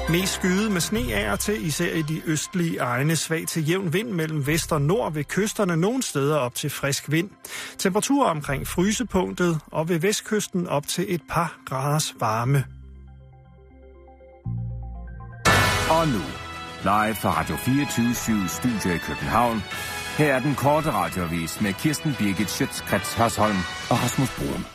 Mest skyet med sne af og til, især i de østlige egne. Svag til jævn vind mellem vest og nord, ved kysterne nogle steder op til frisk vind. Temperaturer omkring frysepunktet, og ved vestkysten op til et par graders varme. Og nu, live fra Radio 24/7 Studio i København. Her er den korte radioavis med Kirsten Birgit Schøtz-Krets Hørsholm og Rasmus Broen.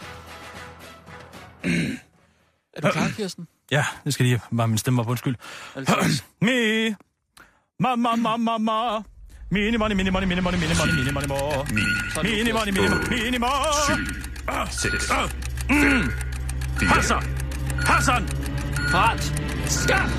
Er du klar, Kirsten? Ja, det skal lige bare min stemme op, undskyld. Me, ma, mini money, mini money, mini money, mini money, mini money, more. Mini money, mini money, mini more. 7, 6, 5, 4, Hassan! Parat! Skab!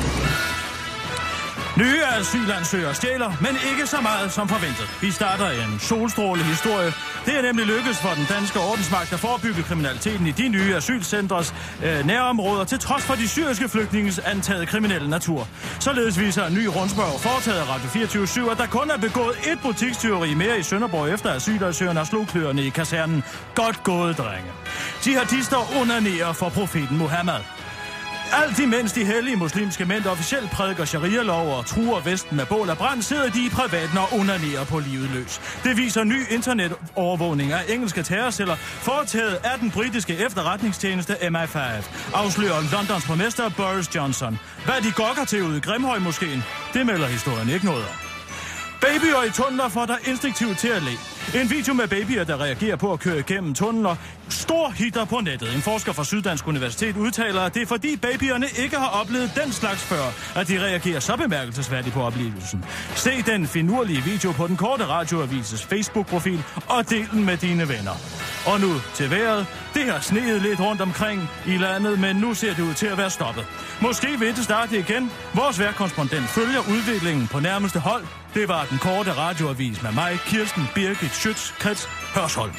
Nye asylansøgere stjæler, men ikke så meget som forventet. Vi starter en solstrålehistorie. Det er nemlig lykkedes for den danske ordensmagt at forebygge kriminaliteten i de nye asylcentres nærområder, til trods for de syriske flygtninges antaget kriminelle natur. Således viser en ny rundspørg foretaget af Radio 24/7, at der kun er begået et butikstyveri mere i Sønderborg efter asylansøgerne og slog kløerne i kasernen. Godt gået, drenge. Jihadister onanerer for profeten Muhammed. Alt imens de hellige muslimske mænd officielt prædiker sharia-lov og truer Vesten med bål og brand, sidder de i privaten og onanerer på livet løs. Det viser ny internetovervågning af engelske terrorceller, foretaget af den britiske efterretningstjeneste MI5, afslører Londons borgmester Boris Johnson. Hvad de gokker til ude i Grimhøj-moskeen, det melder historien ikke noget om. Babyer i tunneler får dig instinktivt til at le. En video med babyer, der reagerer på at køre igennem tunneler. Stor hitter på nettet. En forsker fra Syddansk Universitet udtaler, at det er fordi babyerne ikke har oplevet den slags før, at de reagerer så bemærkelsesværdigt på oplevelsen. Se den finurlige video på den korte radioavises Facebook-profil og del den med dine venner. Og nu til vejret. Det har sneet lidt rundt omkring i landet, men nu ser det ud til at være stoppet. Måske vil det starte igen. Vores vejrkorrespondent følger udviklingen på nærmeste hold. Det var den korte radioavis med mig, Kirsten Birgit Schøtz-Krets Hørsholm.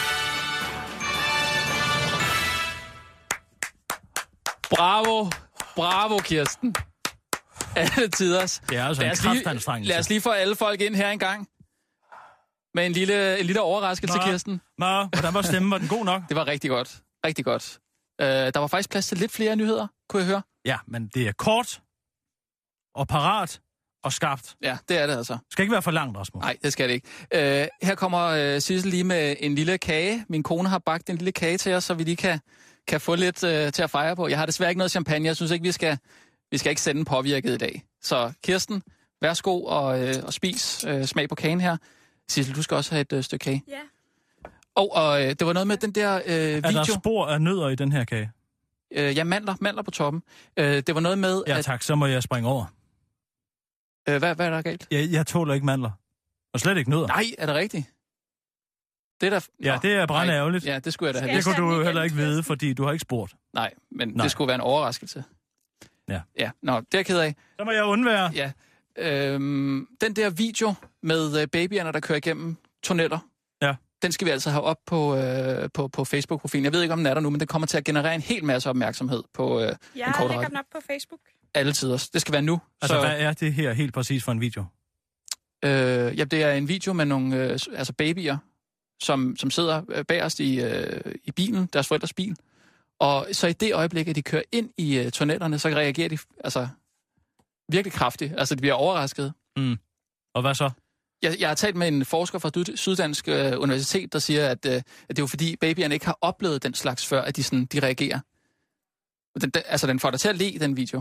Bravo, Kirsten. Alle tiders. Det er altså en kraftanstrengelse. Lad os lige få alle folk ind her en gang. Med en lille overraskelse, Kirsten. Hvordan var stemmen? Var den god nok? Det var rigtig godt. Rigtig godt. Der var faktisk plads til lidt flere nyheder, kunne jeg høre. Ja, men det er kort og parat og skarpt. Ja, det er det altså. Det skal ikke være for langt, Rasmus. Nej, det skal det ikke. Her kommer Sissel lige med en lille kage. Min kone har bagt en lille kage til os, så vi lige kan få lidt til at fejre på. Jeg har desværre ikke noget champagne. Jeg synes ikke, vi skal ikke sende den påvirket i dag. Så Kirsten, værsgo og spis. Smag på kagen her. Sissel, du skal også have et stykke kage. Ja. Og det var noget med den der video. Er der spor af nødder i den her kage? Ja, mandler på toppen. Det var noget med... Ja tak, så må jeg springe over. Hvad er der galt? Jeg tåler ikke mandler. Og slet ikke nødder. Nej, er det rigtigt? Det der... Ja, det er brænde ærgerligt. Ja, det skulle jeg da have. Det kunne du heller ikke vide, fordi du har ikke spurgt. Nej, men det skulle være en overraskelse. Ja. Ja, det er jeg ked af. Så må jeg undvære. Ja. Den der video med babyerne, der kører igennem tunneller, den skal vi altså have op på Facebook-profilen. Jeg ved ikke, om den er der nu, men den kommer til at generere en hel masse opmærksomhed på den korte Jeg lægger den op på Facebook. Alle tider. Det skal være nu. Altså, hvad er det her helt præcis for en video? Ja, det er en video med nogle babyer, som sidder bagerst i bilen, deres forældres bil. Og så i det øjeblik, at de kører ind i tunnelerne, så reagerer de virkelig kraftigt. Altså, de bliver overrasket. Mm. Og hvad så? Jeg har talt med en forsker fra Syddansk Universitet, der siger, at det er jo fordi babyerne ikke har oplevet den slags før, at de reagerer. Den får dig til at le, den video.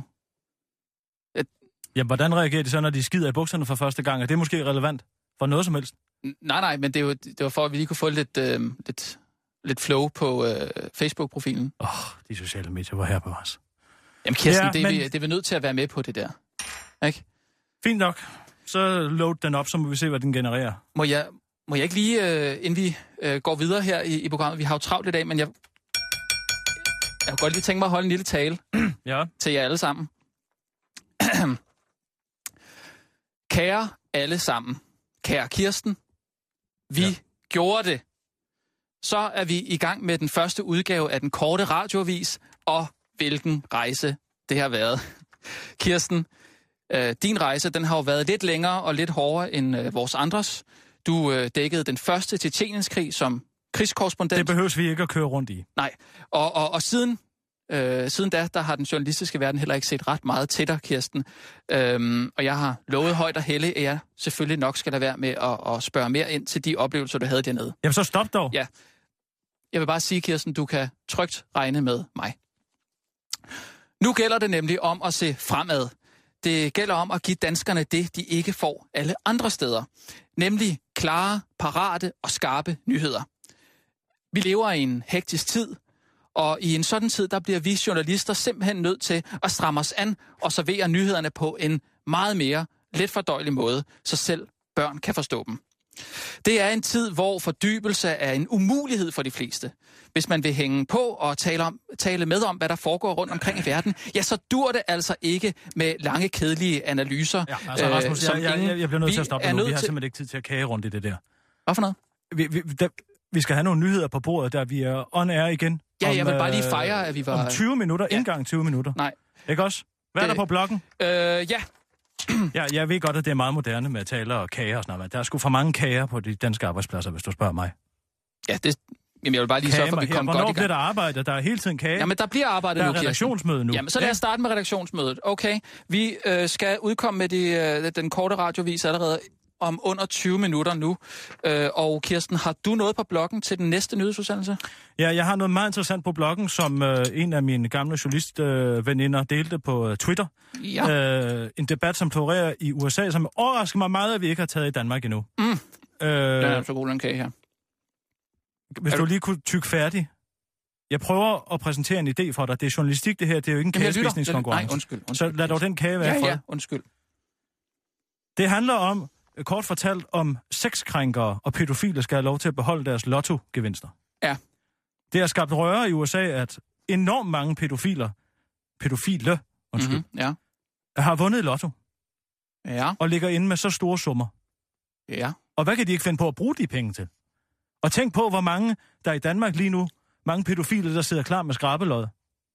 Jamen, hvordan reagerer de så, når de skider i bukserne for første gang? Er det måske relevant for noget som helst? Nej, men det var for, at vi lige kunne få lidt flow på Facebook-profilen. De sociale medier var her på os. Jamen Kirsten, det er vi nødt til at være med på det der. Ikke? Fint nok. Så load den op, så må vi se, hvad den genererer. Må jeg ikke lige, inden vi går videre her i programmet, vi har jo travlt i dag, men jeg kunne godt lige tænke mig at holde en lille tale til jer alle sammen. Kære alle sammen, kære Kirsten, vi gjorde det. Så er vi i gang med den første udgave af den korte radioavis, og hvilken rejse det har været. Kirsten, din rejse, den har jo været lidt længere og lidt hårdere end vores andres. Du dækkede den første Tjetjenienkrig som krigskorrespondent. Det behøves vi ikke at køre rundt i. Nej, og siden Siden da har den journalistiske verden heller ikke set ret meget til dig, Kirsten. Og jeg har lovet højt og heldigt, at jeg selvfølgelig nok skal lade være med at spørge mere ind til de oplevelser, du havde dernede. Jamen så stop dog. Ja. Jeg vil bare sige, Kirsten, du kan trygt regne med mig. Nu gælder det nemlig om at se fremad. Det gælder om at give danskerne det, de ikke får alle andre steder. Nemlig klare, parate og skarpe nyheder. Vi lever i en hektisk tid, og i en sådan tid, der bliver vi journalister simpelthen nødt til at stramme os an og servere nyhederne på en meget mere letfordøjelig måde, så selv børn kan forstå dem. Det er en tid, hvor fordybelse er en umulighed for de fleste. Hvis man vil hænge på og tale med om, hvad der foregår rundt omkring i verden, ja, så dur det altså ikke med lange, kedelige analyser. Ja, altså Rasmus, jeg bliver nødt til at stoppe nu. Vi har simpelthen ikke tid til at kage rundt i det der. Hvad for noget? Vi skal have nogle nyheder på bordet, der vi er on air igen. Ja, jeg vil bare lige fejre, at vi var... Om 20 minutter, ikke engang 20 minutter. Nej. Ikke også? Hvad er der på bloggen? Ja. Ja, jeg ved godt, at det er meget moderne med taler og kager og sådan noget. Der er sgu for mange kager på de danske arbejdspladser, hvis du spørger mig. Ja, jamen jeg vil bare lige sørge for, at vi kommer godt i gang. Hvornår bliver der arbejdet? Der er hele tiden kage. Jamen, der bliver arbejdet nu, Der er redaktionsmøde nu. Jamen, så lad os starte med redaktionsmødet. Okay, vi skal udkomme med den korte radiovis allerede om under 20 minutter nu. Og Kirsten, har du noget på bloggen til den næste nyhedsudsendelse? Ja, jeg har noget meget interessant på bloggen, som en af mine gamle journalistveninder delte på Twitter. Ja. En debat, som florerer i USA, som overrasker mig meget, at vi ikke har taget i Danmark endnu. Den er så god, den kage her. Hvis du lige kunne tykke færdig. Jeg prøver at præsentere en idé for dig. Det er journalistik, det her. Det er jo ikke en kagespisningskonkurrence. Nej, undskyld. Så lad dog den kage være for. Ja, undskyld. Det handler om, kort fortalt, om sexkrænkere og pædofile skal have lov til at beholde deres lottogevinster. Ja. Det har skabt røre i USA, at enormt mange pædofile, har vundet lotto. Ja. Og ligger inde med så store summer. Ja. Og hvad kan de ikke finde på at bruge de penge til? Og tænk på, hvor mange der i Danmark lige nu, mange pædofile, der sidder klar med skrabelod.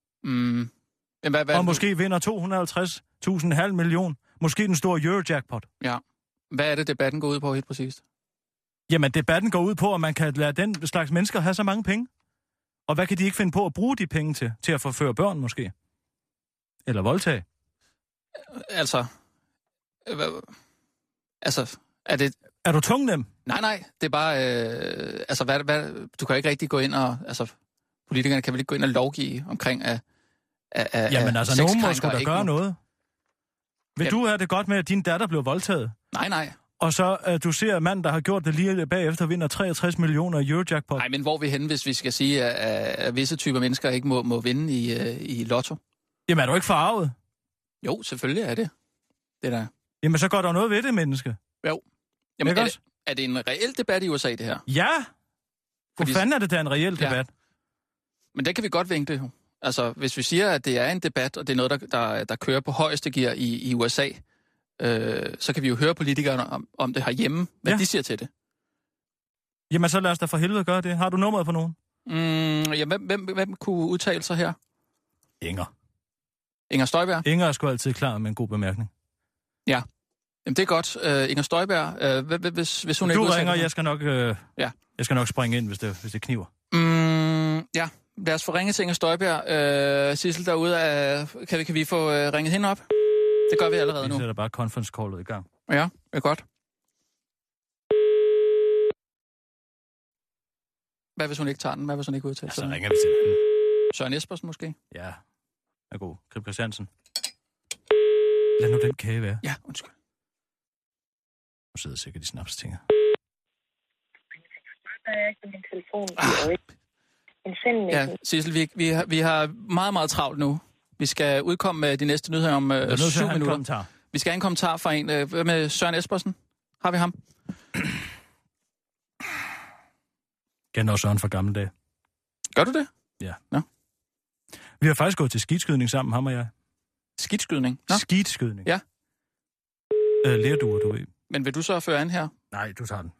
Og måske vinder 250.000, halv million. Måske den store Eurojackpot. Ja. Hvad er det, debatten går ud på helt præcist? Jamen, debatten går ud på, at man kan lade den slags mennesker have så mange penge. Og hvad kan de ikke finde på at bruge de penge til? Til at forføre børn, måske? Eller voldtage? Altså, er det... Er du tungnem? Nej, det er bare... du kan ikke rigtig gå ind og... Altså, politikerne kan vel ikke gå ind og lovgive omkring Jamen altså, nogen må sgu da gøre noget. Vil du have det godt med, at din datter blev voldtaget? Nej. Og så du ser mand, der har gjort det lige bagefter, vinder 63 millioner i Eurojackpot. Nej, men hvor er vi henne, hvis vi skal sige, at visse typer mennesker ikke må vinde i lotto? Jamen, er du ikke forarvet? Jo, selvfølgelig er det. Det der. Jamen, så går der noget ved det, menneske. Jo. Jamen, er det en reel debat i USA, det her? Ja! Hvor fanden er det da en reel debat? Ja. Men det kan vi godt vinkle. Altså, hvis vi siger, at det er en debat, og det er noget, der kører på højeste gear i USA, så kan vi jo høre politikerne om det herhjemme, hvad de siger til det. Jamen, så lad os da for helvede gøre det. Har du nummeret på nogen? Hvem kunne udtale sig her? Inger Støjberg? Inger er sgu altid klar med en god bemærkning. Ja. Jamen, det er godt. Inger Støjberg, hvis hun ikke... Du ringer, jeg skal nok springe ind, hvis det kniver. Ja. Lad os få ringet til Inger Støjberg. Sissel derude, kan vi få ringet hende op? Det gør vi allerede nu. Vi sætter bare conference callet i gang. Ja, det er godt. Hvad hvis hun ikke tager den? Hvad hvis hun ikke udtaler sig? Så ringer vi til hende. Søren Espersen måske? Ja, er god. Krib Christiansen. Lad nu den kage være. Ja, undskyld. Nu sidder sikkert i snapstinger. Min telefon. Ja, Sissel, vi har meget, meget travlt nu. Vi skal udkomme med de næste nyheder om 7 minutter. Vi skal have en kommentar fra en. Hvad med Søren Espersen? Har vi ham? Kender også Søren fra gamle dage. Gør du det? Ja. Nå. Vi har faktisk gået til skidskydning sammen, ham og jeg. Skidskydning? Skidskydning. Ja. Lerduer, du ved. Men vil du så føre an her? Nej, du tager den.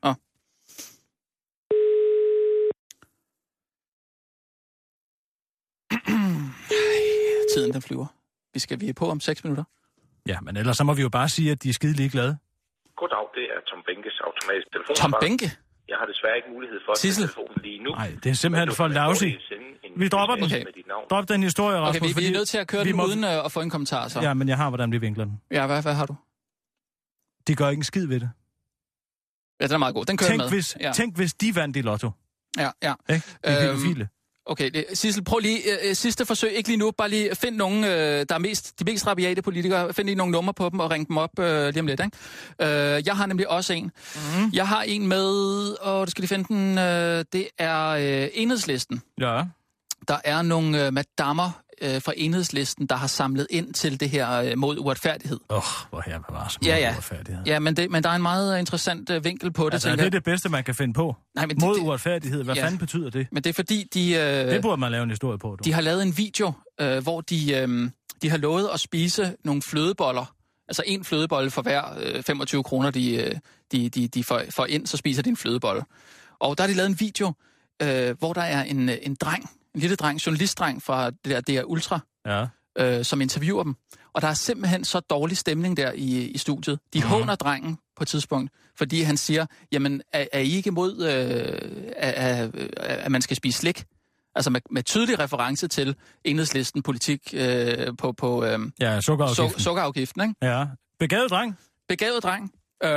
Tiden, den flyver. Vi er på om 6 minutter. Ja, men ellers så må vi jo bare sige, at de er skide ligeglade. Goddag, det er Tom Benkes automatiske telefon. Tom Benke? Jeg har desværre ikke mulighed for at tage telefonen lige nu. Nej, det er simpelthen for lousy. Vi dropper den. Okay. Drop den historie, Rasmus. Okay, vi er nødt til at køre den uden at få en kommentar, så. Ja, men jeg har, hvordan vi vinkler den. Ja, hvad har du? De gør ikke en skid ved det. Ja, den er meget god. Den kører med. Tænk, hvis de vandt i lotto. Ja. Ikke? Det er pædofile. Okay, Sissel, prøv lige sidste forsøg. Ikke lige nu, bare lige find nogen, der er de mest rabiate politikere. Find lige nogle numre på dem og ring dem op lige om lidt, ikke? Jeg har nemlig også en. Mm-hmm. Jeg har en med, du skal lige finde den, det er Enhedslisten. Ja. Der er nogle madammer fra Enhedslisten, der har samlet ind til det her mod uretfærdighed. Hvor her bevares mod uretfærdighed. Ja, men der er en meget interessant vinkel på det. Altså, er det bedste, man kan finde på? Nej, men mod uretfærdighed, hvad fanden betyder det? Men det er fordi, det burde man lave en historie på, du. De har lavet en video, hvor de har lovet at spise nogle flødeboller. Altså en flødebolle for hver 25 kroner, de får ind, så spiser de en flødebolle. Og der har de lavet en video, hvor der er en dreng, en lille dreng, journalistdreng fra det der Ultra, som interviewer dem. Og der er simpelthen så dårlig stemning der i studiet. De håner drengen på et tidspunkt, fordi han siger, jamen, er I ikke imod, at man skal spise slik? Altså med tydelig reference til Enhedslisten politik på sukkerafgiften, ikke? Ja, begavet dreng.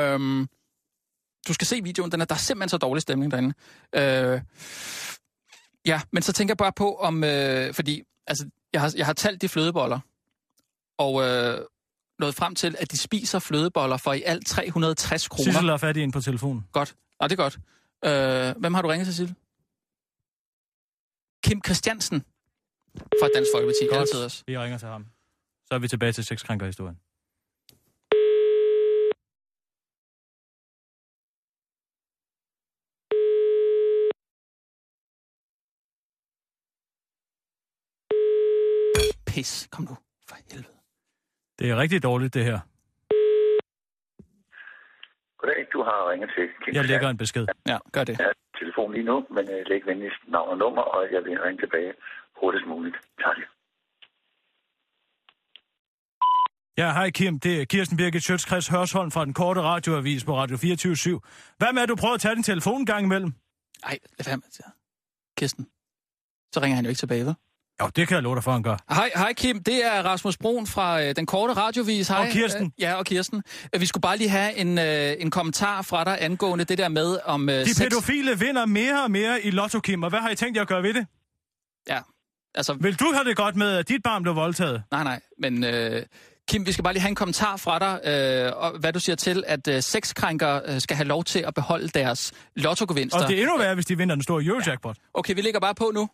Du skal se videoen, der er simpelthen så dårlig stemning derinde. Ja, men så tænker jeg bare på, om fordi altså, jeg har talt de flødeboller, og nået frem til, at de spiser flødeboller for i alt 360 kroner. Sissel er fat i en på telefonen. Godt. Ja, det er godt. Hvem har du ringet til, Sissel? Kim Christiansen fra Dansk Folkeparti. Godt. Altid også. Vi ringer til ham. Så er vi tilbage til sexkrænkerhistorien. Pis, kom nu, for helvede. Det er rigtig dårligt, det her. Goddag, du har ringet til Kim. Jeg lægger en besked. Ja, gør det. Jeg har telefon lige nu, men læg venligst navn og nummer, og jeg vil ringe tilbage hurtigst muligt. Tak. Ja, hej Kim. Det er Kirsten Birgit Schøtz-Krets Hørsholm fra den korte radioavis på Radio 24/7. Hvad med, at du prøver at tage din telefon en gang imellem? Ej, lad være med det. Kirsten. Så ringer han jo ikke tilbage, vel? Jo, det kan jeg love dig for, han gør. Hej Kim, det er Rasmus Broen fra den korte radiovis. Hej. Og Kirsten. Ja, og Kirsten. Vi skulle bare lige have en kommentar fra dig angående det der med om de pædofile vinder mere og mere i Lotto, Kim, og hvad har I tænkt jer at gøre ved det? Ja, altså... Vil du have det godt med, at dit barn blev voldtaget? Nej, men Kim, vi skal bare lige have en kommentar fra dig, og hvad du siger til, at sexkrænkere skal have lov til at beholde deres lottogevinster. Og det er endnu værre, hvis de vinder den store Eurojackpot. Ja. Okay, vi lægger bare på nu.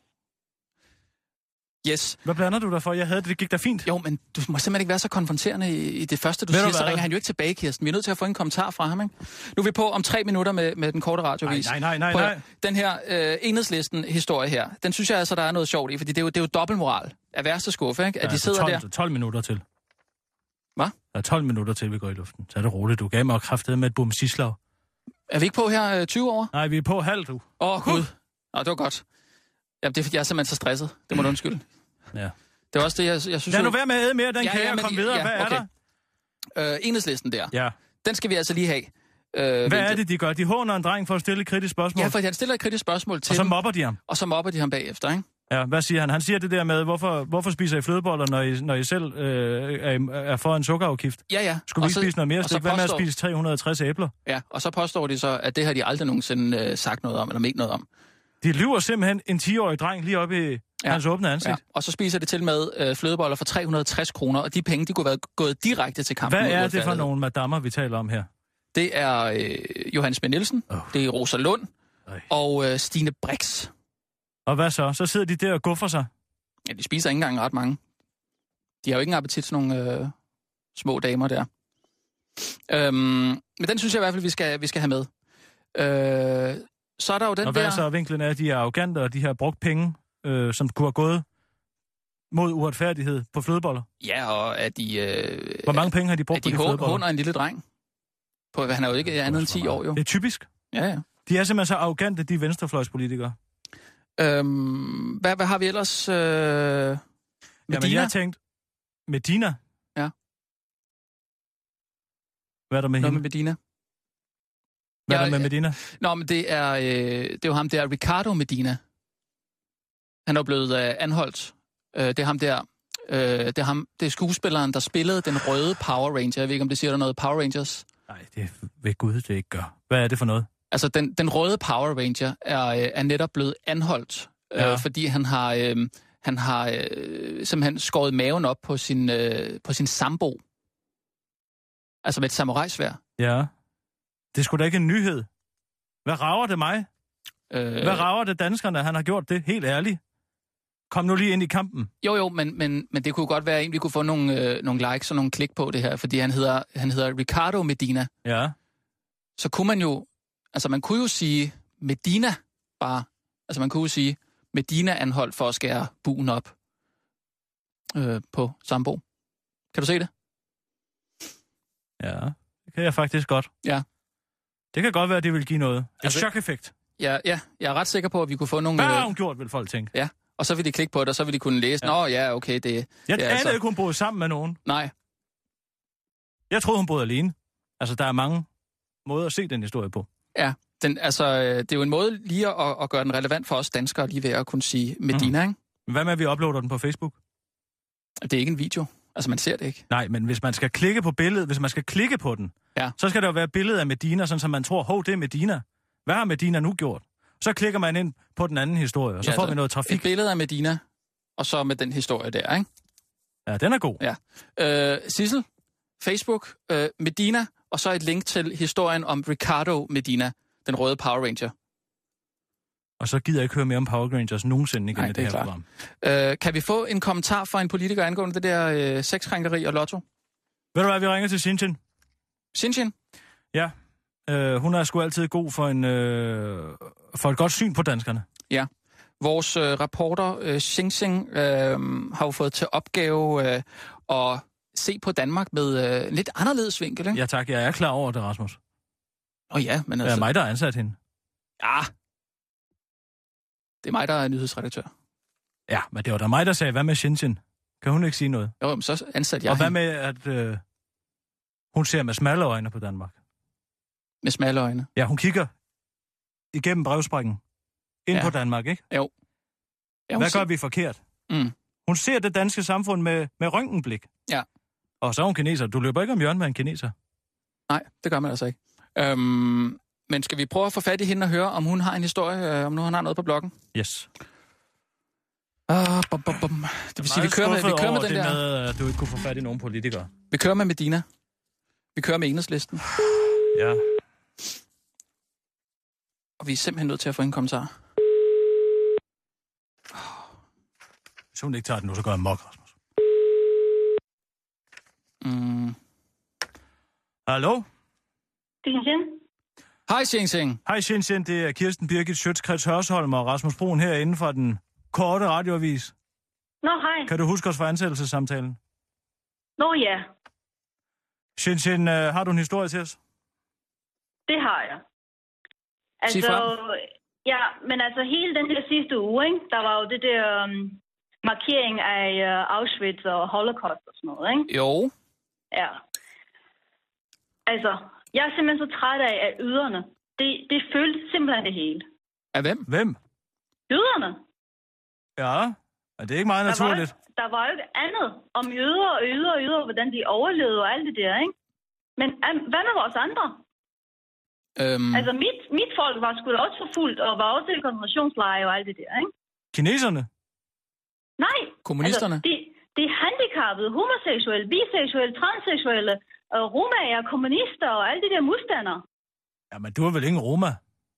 Yes. Hvad blander du der for? Jeg havde det gik da fint. Jo, men du må simpelthen ikke være så konfronterende i det første, du siger. Så ringer han jo ikke tilbage, Kirsten. Vi er nødt til at få en kommentar fra ham, ikke? Nu er vi på om 3 minutter med den korte radiovis. Nej. Den her Enhedslisten-historie her, den synes jeg altså, der er noget sjovt i, fordi det er jo dobbeltmoral af værste skuffe, ikke? At de sidder 12 minutter til. Hvad? Der er 12 minutter til, vi går i luften. Så er det roligt. Du gav mig kraftedet med et bumsislav. Er vi ikke på her 20 år? Nej, vi er på halv, du. Gud. Nå, det var godt. Jamen, det er fordi, jeg er simpelthen så stresset. Det må du undskylde. Ja. Det er også det, jeg synes... Lad nu være med at æde mere, den kage og komme videre. Hvad er der? Enhedslisten der. Ja. Den skal vi altså lige have. Hvad er det, de gør? De håner en dreng for at stille et kritisk spørgsmål? Ja, for han stiller et kritisk spørgsmål til og så mobber de ham? Og så mobber de ham bagefter, ikke? Ja, hvad siger han? Han siger det der med, hvorfor spiser I flødeboller, når I selv er for en sukkerafgift? Ja. Skulle vi ikke spise noget mere stik? Hvad med at spise 360 æbler? Ja, og så påstår de så, at det har de aldrig nogensinde sagt noget om, eller ment noget om. De lyver simpelthen en 10-årig dreng lige op i hans åbne ansigt. Ja. Og så spiser det til med flødeboller for 360 kroner, og de penge, de kunne være gået direkte til kampen. Hvad er det for nogle madammer, vi taler om her? Det er Johannes B. Nielsen, det er Rosa Lund og Stine Brix. Og hvad så? Så sidder de der og guffer sig? Ja, de spiser ikke engang ret mange. De har jo ikke en appetit, sådan nogle små damer der. Men den synes jeg i hvert fald, vi skal have med. Så er der jo den og hvad der... så er vinklen af, at de er arrogante, og de har brugt penge, som kunne have gået mod uretfærdighed på flødeboller? Ja, og at de... Hvor mange penge har de brugt på de flødeboller? At de håner en lille dreng. Han er jo ikke andet end 10 år, jo. Det er typisk. Ja. De er simpelthen så arrogante, de venstrefløjspolitikere. Hvad har vi ellers? Medina? Jamen, jeg har tænkt... Medina? Ja. Hvad er der med hende? Med Medina? Hvad er der med Medina? Nå, men det er jo ham der, Ricardo Medina. Han er blevet anholdt. Det er ham der. Det er skuespilleren, der spillede den røde Power Ranger. Jeg ved ikke, om det siger der noget. Power Rangers? Nej, det ved Gud, det ikke gør. Hvad er det for noget? Altså, den røde Power Ranger er netop blevet anholdt, fordi han har simpelthen skåret maven op på sin sambo. Altså med et samurajsværd. Ja. Det er sgu da ikke en nyhed. Hvad rager det mig? Hvad rager det danskerne, at han har gjort det? Helt ærligt. Kom nu lige ind i kampen. Jo, men det kunne godt være, at vi kunne få nogle likes og nogle klik på det her, fordi han hedder Ricardo Medina. Ja. Så kunne man jo, altså man kunne jo sige Medina bare, altså man kunne jo sige Medina anholdt for at skære buen op på sambo. Kan du se det? Ja, det kan jeg faktisk godt. Ja. Det kan godt være, at det vil give noget. En chok-effekt. Ja, jeg er ret sikker på, at vi kunne få nogle... Hvad har hun gjort, vil folk tænke? Ja, og så vil de klikke på det, og så vil de kunne læse. Ja. Nå, ja, okay, det er altså... ikke, hun boede sammen med nogen. Nej. Jeg troede, hun boede alene. Altså, der er mange måder at se den historie på. Ja, det er jo en måde lige at gøre den relevant for os danskere, lige ved at kunne sige Medina, ikke? Hvad med, at vi uploader den på Facebook? Det er ikke en video. Altså, man ser det ikke. Nej, men hvis man skal klikke på billedet, hvis man skal klikke på den, så skal der jo være et billede af Medina, sådan så man tror, det er Medina. Hvad har Medina nu gjort? Så klikker man ind på den anden historie, og så får vi noget trafik. Et billede af Medina, og så med den historie der, ikke? Ja, den er god. Ja. Sissel, Facebook, Medina, og så et link til historien om Ricardo Medina, den røde Power Ranger. Og så gider jeg ikke høre mere om Power Rangers nogensinde igen i det her program. Kan vi få en kommentar fra en politiker angående det der sexkrænkeri og lotto? Ved du hvad, vi ringer til Xinjiang. Xinjiang? Ja. Hun er sgu altid god for et godt syn på danskerne. Ja. Vores reporter Xinjiang har jo fået til opgave at se på Danmark med lidt anderledes vinkel, ikke? Ja tak, jeg er klar over det, Rasmus. Ja, men altså... Det er mig, der har ansat hende. Ja. Det er mig, der er nyhedsredaktør. Ja, men det var da mig, der sagde, hvad med Xinjiang? Kan hun ikke sige noget? Jo, men så ansatte jeg. Og hvad med, at hun ser med smalle øjne på Danmark? Med smalle øjne? Ja, hun kigger igennem brevsprækken ind på Danmark, ikke? Jo. Ja, hvad gør vi forkert? Hun ser det danske samfund med røntgenblik. Ja. Og så er hun kineser. Du løber ikke om hjørnet med en kineser. Nej, det gør man altså ikke. Men skal vi prøve at få fat i hende og høre, om hun har en historie, om nu hun har noget på bloggen? Yes. Det vil sige, vi kører med den der... med, at du ikke kunne få fat i nogen politikere. Vi kører med Medina. Vi kører med Enhedslisten. Ja. Og vi er simpelthen nødt til at få en kommentar. Hvis hun ikke tager den nu, så gør jeg mok, Rasmus. Hallo? Hej, Xinjiang. Hej, Xinjiang. Det er Kirsten Birgit Schøtz-Krets Hørsholm og Rasmus Brun herinde fra den korte radioavis. Nå, hej. Kan du huske os fra ansættelsessamtalen? Nå, ja. Xinjiang, har du en historie til os? Det har jeg. Altså, ja, men altså hele den der sidste uge, ikke? Der var jo det der markering af Auschwitz og Holocaust og sådan noget, ikke? Jo. Ja. Altså, jeg er simpelthen så træt af, at yderne, det følte simpelthen det hele. Af hvem? Hvem? Jøderne. Ja, men det er ikke meget naturligt. Der var jo ikke andet om jøder og jøder, hvordan de overlevede og alt det der, ikke? Men hvad med vores andre? Altså, mit folk var sgu da også forfulgt og var også i koncentrationslejre og alt det der, ikke? Kineserne? Nej. Kommunisterne? Altså, de handicappede, homoseksuelle, biseksuelle, transseksuelle, romaer, kommunister og alle de der modstandere. Ja, men du er vel ingen roma?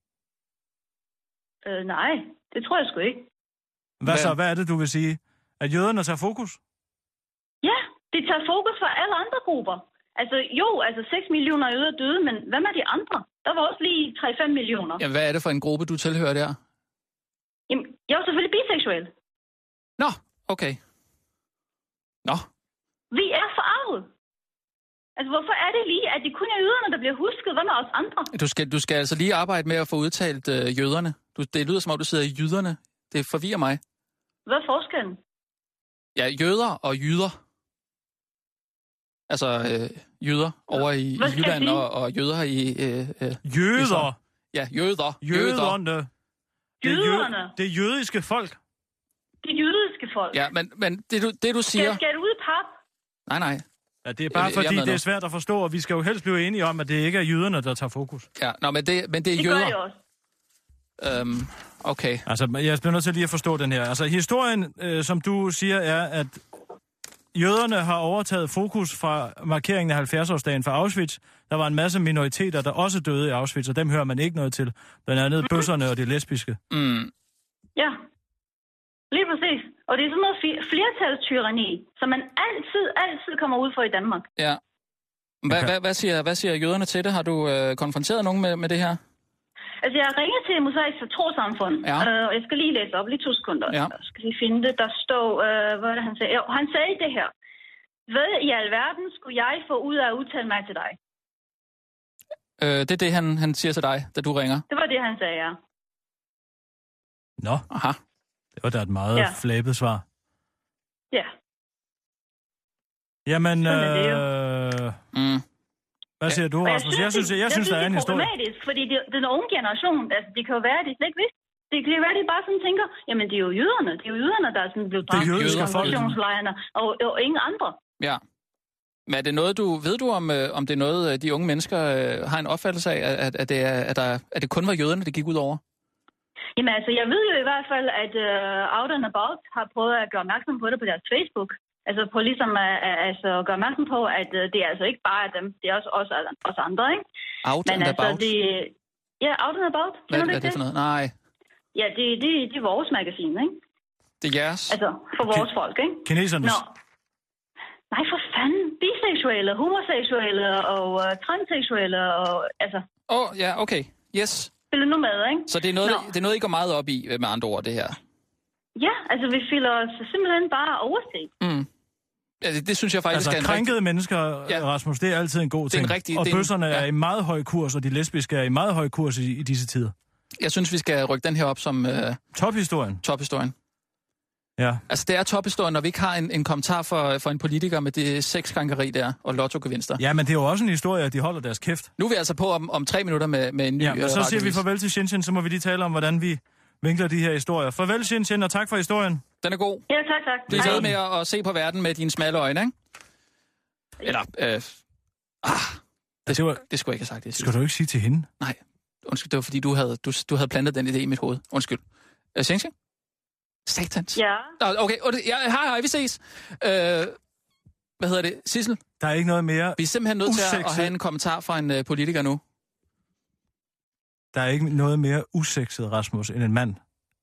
Nej, det tror jeg sgu ikke. Hvad er det, du vil sige? At jøderne tager fokus? Ja, de tager fokus for alle andre grupper. Altså, 6 millioner jøder døde, men hvad med de andre? Der var også lige 3-5 millioner. Ja, hvad er det for en gruppe, du tilhører der? Jamen, jeg er selvfølgelig biseksuel. Nå, okay. Nå. Vi er forarvet. Altså, hvorfor er det lige, at det kun er jøderne, der bliver husket? Hvad med os andre? Du skal altså lige arbejde med at få udtalt jøderne. Det lyder som om, du sidder i jyderne. Det forvirrer mig. Hvad er forskellen? Ja, jøder og jyder. Altså jøder over i Jylland og jøder i... Jøder? Ja, jøder. Jøderne. Jøderne. Det jødiske folk. Det jødiske folk. Ja, men det du siger... Skal det ud i pap? Nej. Ja, det er bare fordi, det er svært at forstå, og vi skal jo helst blive enige om, at det ikke er jøderne, der tager fokus. Ja, men det er det jøder. Det gør jeg også. Okay. Altså, jeg bliver nødt til lige at forstå den her. Altså, historien, som du siger, er, at jøderne har overtaget fokus fra markeringen af 70-årsdagen for Auschwitz. Der var en masse minoriteter, der også døde i Auschwitz, og dem hører man ikke noget til. Blandt andet bøsserne og de lesbiske. Ja, lige præcis. Og det er sådan noget flertalstyranni, som man altid kommer ud for i Danmark. Ja. Hvad siger jøderne til det? Har du konfronteret nogen med det her? Altså, jeg ringer til Mosaisk Trosamfund, og jeg skal lige læse op, lige 2 sekunder. Ja. Jeg skal lige finde det. Der står, hvad er det, han sagde? Jo, han sagde det her. Hvad i alverden skulle jeg få ud af at udtale mig til dig? Det er det, han siger til dig, da du ringer? Det var det, han sagde, ja. Nå. Aha. Det var da et meget flabet svar. Ja. Jamen, hvad siger du, Rasmus? Jeg synes, der er en historie. Det er problematisk, fordi den unge generation, altså, det kan jo være, at de slet ikke vidste. Det kan jo være, at de bare sådan tænker, jamen, det er jo jøderne. Det er jo jøderne, der er sådan blevet dræbt i koncentrationslejrene, og ingen andre. Ja. Men er det noget, ved du, om det er noget, de unge mennesker har en opfattelse af, at det kun var jøderne, det gik ud over? Jamen, altså, jeg ved jo i hvert fald, at Out and About har prøvet at gøre opmærksom på det på deres Facebook. Altså på ligesom at gøre opmærksom på, at det er altså ikke bare dem, det er også os andre, ikke? Out and About? Ja, Out and About. Hvad er det for noget? Nej. Ja, det er vores magasin, ikke? Det er jeres? Altså, for vores folk, ikke? Kinesernes? Nej, for fanden. Biseksuelle, homoseksuelle og transseksuelle og altså... ja, okay. Yes. Spiller nu med, ikke? Så det er noget, I går meget op i, med andre ord, det her? Ja, altså vi føler os simpelthen bare overset. Ja, det synes jeg faktisk er en krænkede mennesker, Rasmus, det er altid en god ting. Og bøsserne er i meget høj kurs, og de lesbiske er i meget høj kurs i disse tider. Jeg synes, vi skal rykke den her op som... Tophistorien. Tophistorien. Ja. Altså, det er tophistorien, når vi ikke har en kommentar for en politiker med det sexkrænkeri der, og lottogevinster. Ja, men det er jo også en historie, at de holder deres kæft. Nu er vi altså på om 3 minutter med en ny og så siger vi farvel til Shenzhen, så må vi lige tale om, hvordan vi vinkler de her historier. Farvel, Shenzhen, og tak for historien. Den er god. Ja, tak. Bliv ved med at se på verden med dine smalle øjne, ikke? Eller, det skulle jeg ikke have sagt. Det skal du ikke sige til hende? Nej, undskyld, det var fordi, du havde plantet den idé i mit hoved. Undskyld. Shenzhen? Satans. Ja. Okay, hej, vi ses. Hvad hedder det? Sissel? Der er ikke noget mere. Vi er simpelthen nødt til at have en kommentar fra en politiker nu. Der er ikke noget mere usekset, Rasmus, end en mand,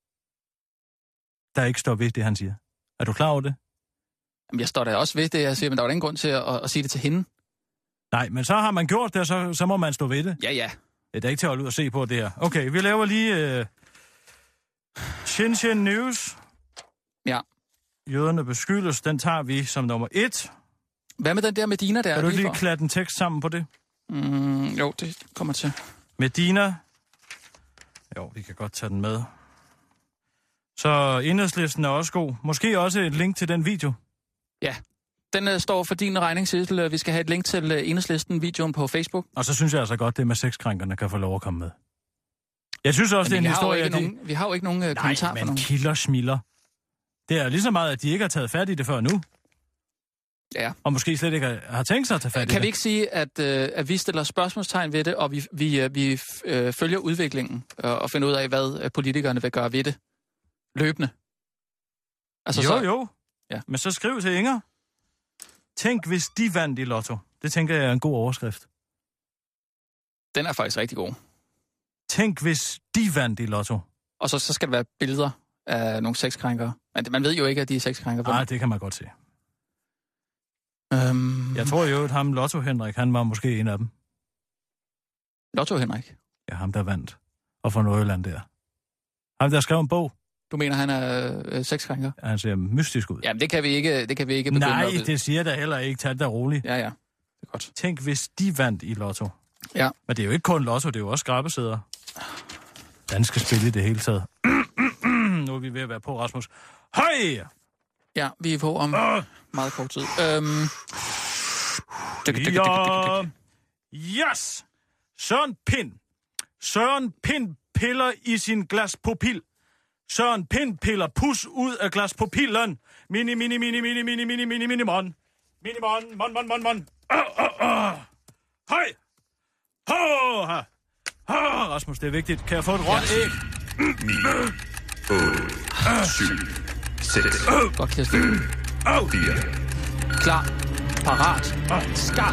der ikke står ved det, han siger. Er du klar over det? Jamen, jeg står da også ved det, jeg siger, men der var ingen grund til at sige det til hende. Nej, men så har man gjort det, og så må man stå ved det. Ja. Det er ikke til at holde ud og se på det her. Okay, vi laver lige Shenzhen News. Ja. Jøderne beskyldes, den tager vi som nummer 1. Hvad med den der Medina der? Kan du lige kladde en tekst sammen på det? Jo, det kommer til. Medina. Jo, vi kan godt tage den med. Så Enhedslisten er også god. Måske også et link til den video. Ja, den står for din regning, Sissel. Vi skal have et link til Enhedslisten-videoen på Facebook. Og så synes jeg altså godt, det med sexkrænkerne kan få lov at komme med. Jeg synes også, det er en historie... Vi har jo ikke nogen kommentar for nogen. Nej, men kilder smilder. Det er lige så meget, at de ikke har taget fat i det før nu. Ja. Og måske slet ikke har tænkt sig at tage fat i det. Kan vi ikke sige, at vi stiller spørgsmålstegn ved det, og vi følger udviklingen og finder ud af, hvad politikerne vil gøre ved det løbende? Altså, jo. Ja. Men så skriv til Inger. Tænk, hvis de vandt i lotto. Det tænker jeg er en god overskrift. Den er faktisk rigtig god. Tænk, hvis de vandt i lotto. Og så skal der være billeder af nogle sexkrænkere. Men man ved jo ikke, at de er sexkrænkere. Nej, det kan man godt se. Jeg tror jo, at ham Lotto Henrik, han var måske en af dem. Lotto Henrik? Ja, ham der vandt. Og fra Nordjylland der. Ham der skrev en bog. Du mener, han er sexkrænker? Ja, han ser mystisk ud. Jamen, det kan vi ikke begynde Nej, det siger der heller ikke. Tag det der roligt. Ja. Det er godt. Tænk, hvis de vandt i Lotto. Ja. Men det er jo ikke kun Lotto, det er jo også skrabesæder. Danske spil i det hele taget. Nu er vi ved at være på, Rasmus. Hej! Ja, vi er på om meget kort tid. Yes! Søren Pind piller i sin glaspupil. Søren Pind piller pus ud af glaspupillen. Mini, mon. Mon. Hej! Rasmus, det er vigtigt. Kan jeg få et råt æg? 9, 8, 7, 6, Godt, Kirsten. 4. Klar. Parat. Skarp.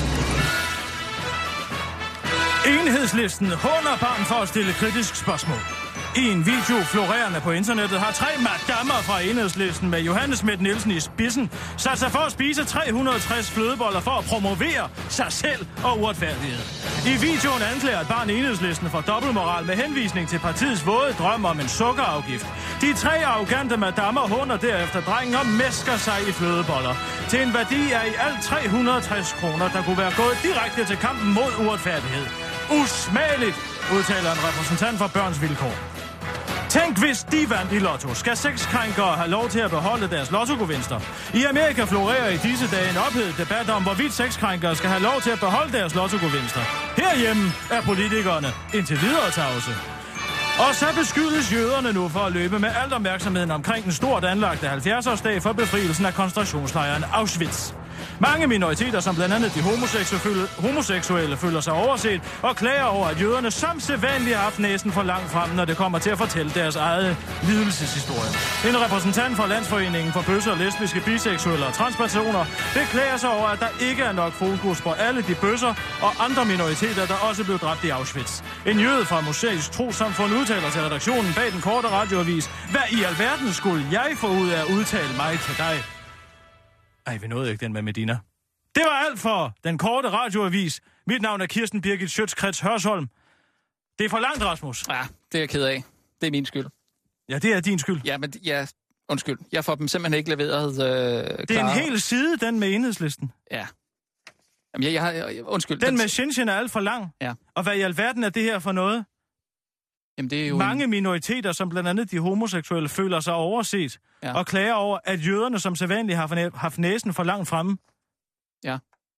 Enhedslisten håner barn for at stille kritisk spørgsmål. I en video florerende på internettet har 3 madammer fra Enhedslisten med Johannes Schmidt Nielsen i spidsen sat sig for at spise 360 flødeboller for at promovere sig selv og uretfærdighed. I videoen anklager et barn Enhedslisten for dobbeltmoral med henvisning til partiets våde drøm om en sukkerafgift. De 3 arrogante madammer håner derefter drengen og mæsker sig i flødeboller. Til en værdi af i alt 360 kroner, der kunne være gået direkte til kampen mod uretfærdighed. Usmageligt, udtaler en repræsentant for Børns Vilkår. Tænk, hvis de vandt i lotto. Skal sexkrænkere have lov til at beholde deres lottogevinster? I Amerika florerer i disse dage en ophedet debat om, hvorvidt sexkrænkere skal have lov til at beholde deres lottogevinster. Herhjemme er politikerne indtil videre tavse. Og så beskyldes jøderne nu for at løbe med alt opmærksomheden omkring den stort anlagte 70-årsdag for befrielsen af koncentrationslejren Auschwitz. Mange minoriteter, som blandt andet de homoseksuelle, føler sig overset og klager over, at jøderne som sædvanligt har haft næsen for langt frem, når det kommer til at fortælle deres eget lidelseshistorie. En repræsentant for Landsforeningen for bøsser, lesbiske, biseksuelle og transpersoner beklager sig over, at der ikke er nok fokus på alle de bøsser og andre minoriteter, der også blev dræbt i Auschwitz. En jøde fra Mosaisk Trossamfund udtaler til redaktionen bag den korte radioavis: Hvad i alverden skulle jeg få ud af at udtale mig til dig? Ej, vi nåede ikke den med Medina. Det var alt for den korte radioavis. Mit navn er Kirsten Birgit Schøtz-Krets Hørsholm. Det er for langt, Rasmus. Ja, det er jeg ked af. Det er min skyld. Ja, det er din skyld. Ja, men undskyld. Jeg får dem simpelthen ikke leveret det er en hel side, den med Enhedslisten. Ja. Jamen, jeg har... Undskyld. Den med Shenzhen er alt for lang. Ja. Og hvad i alverden er det her for noget? Jamen, det er jo... Mange minoriteter, som blandt andet de homoseksuelle, føler sig overset. Ja. Og klager over, at jøderne som sædvanligt har haft næsen for langt fremme. Ja.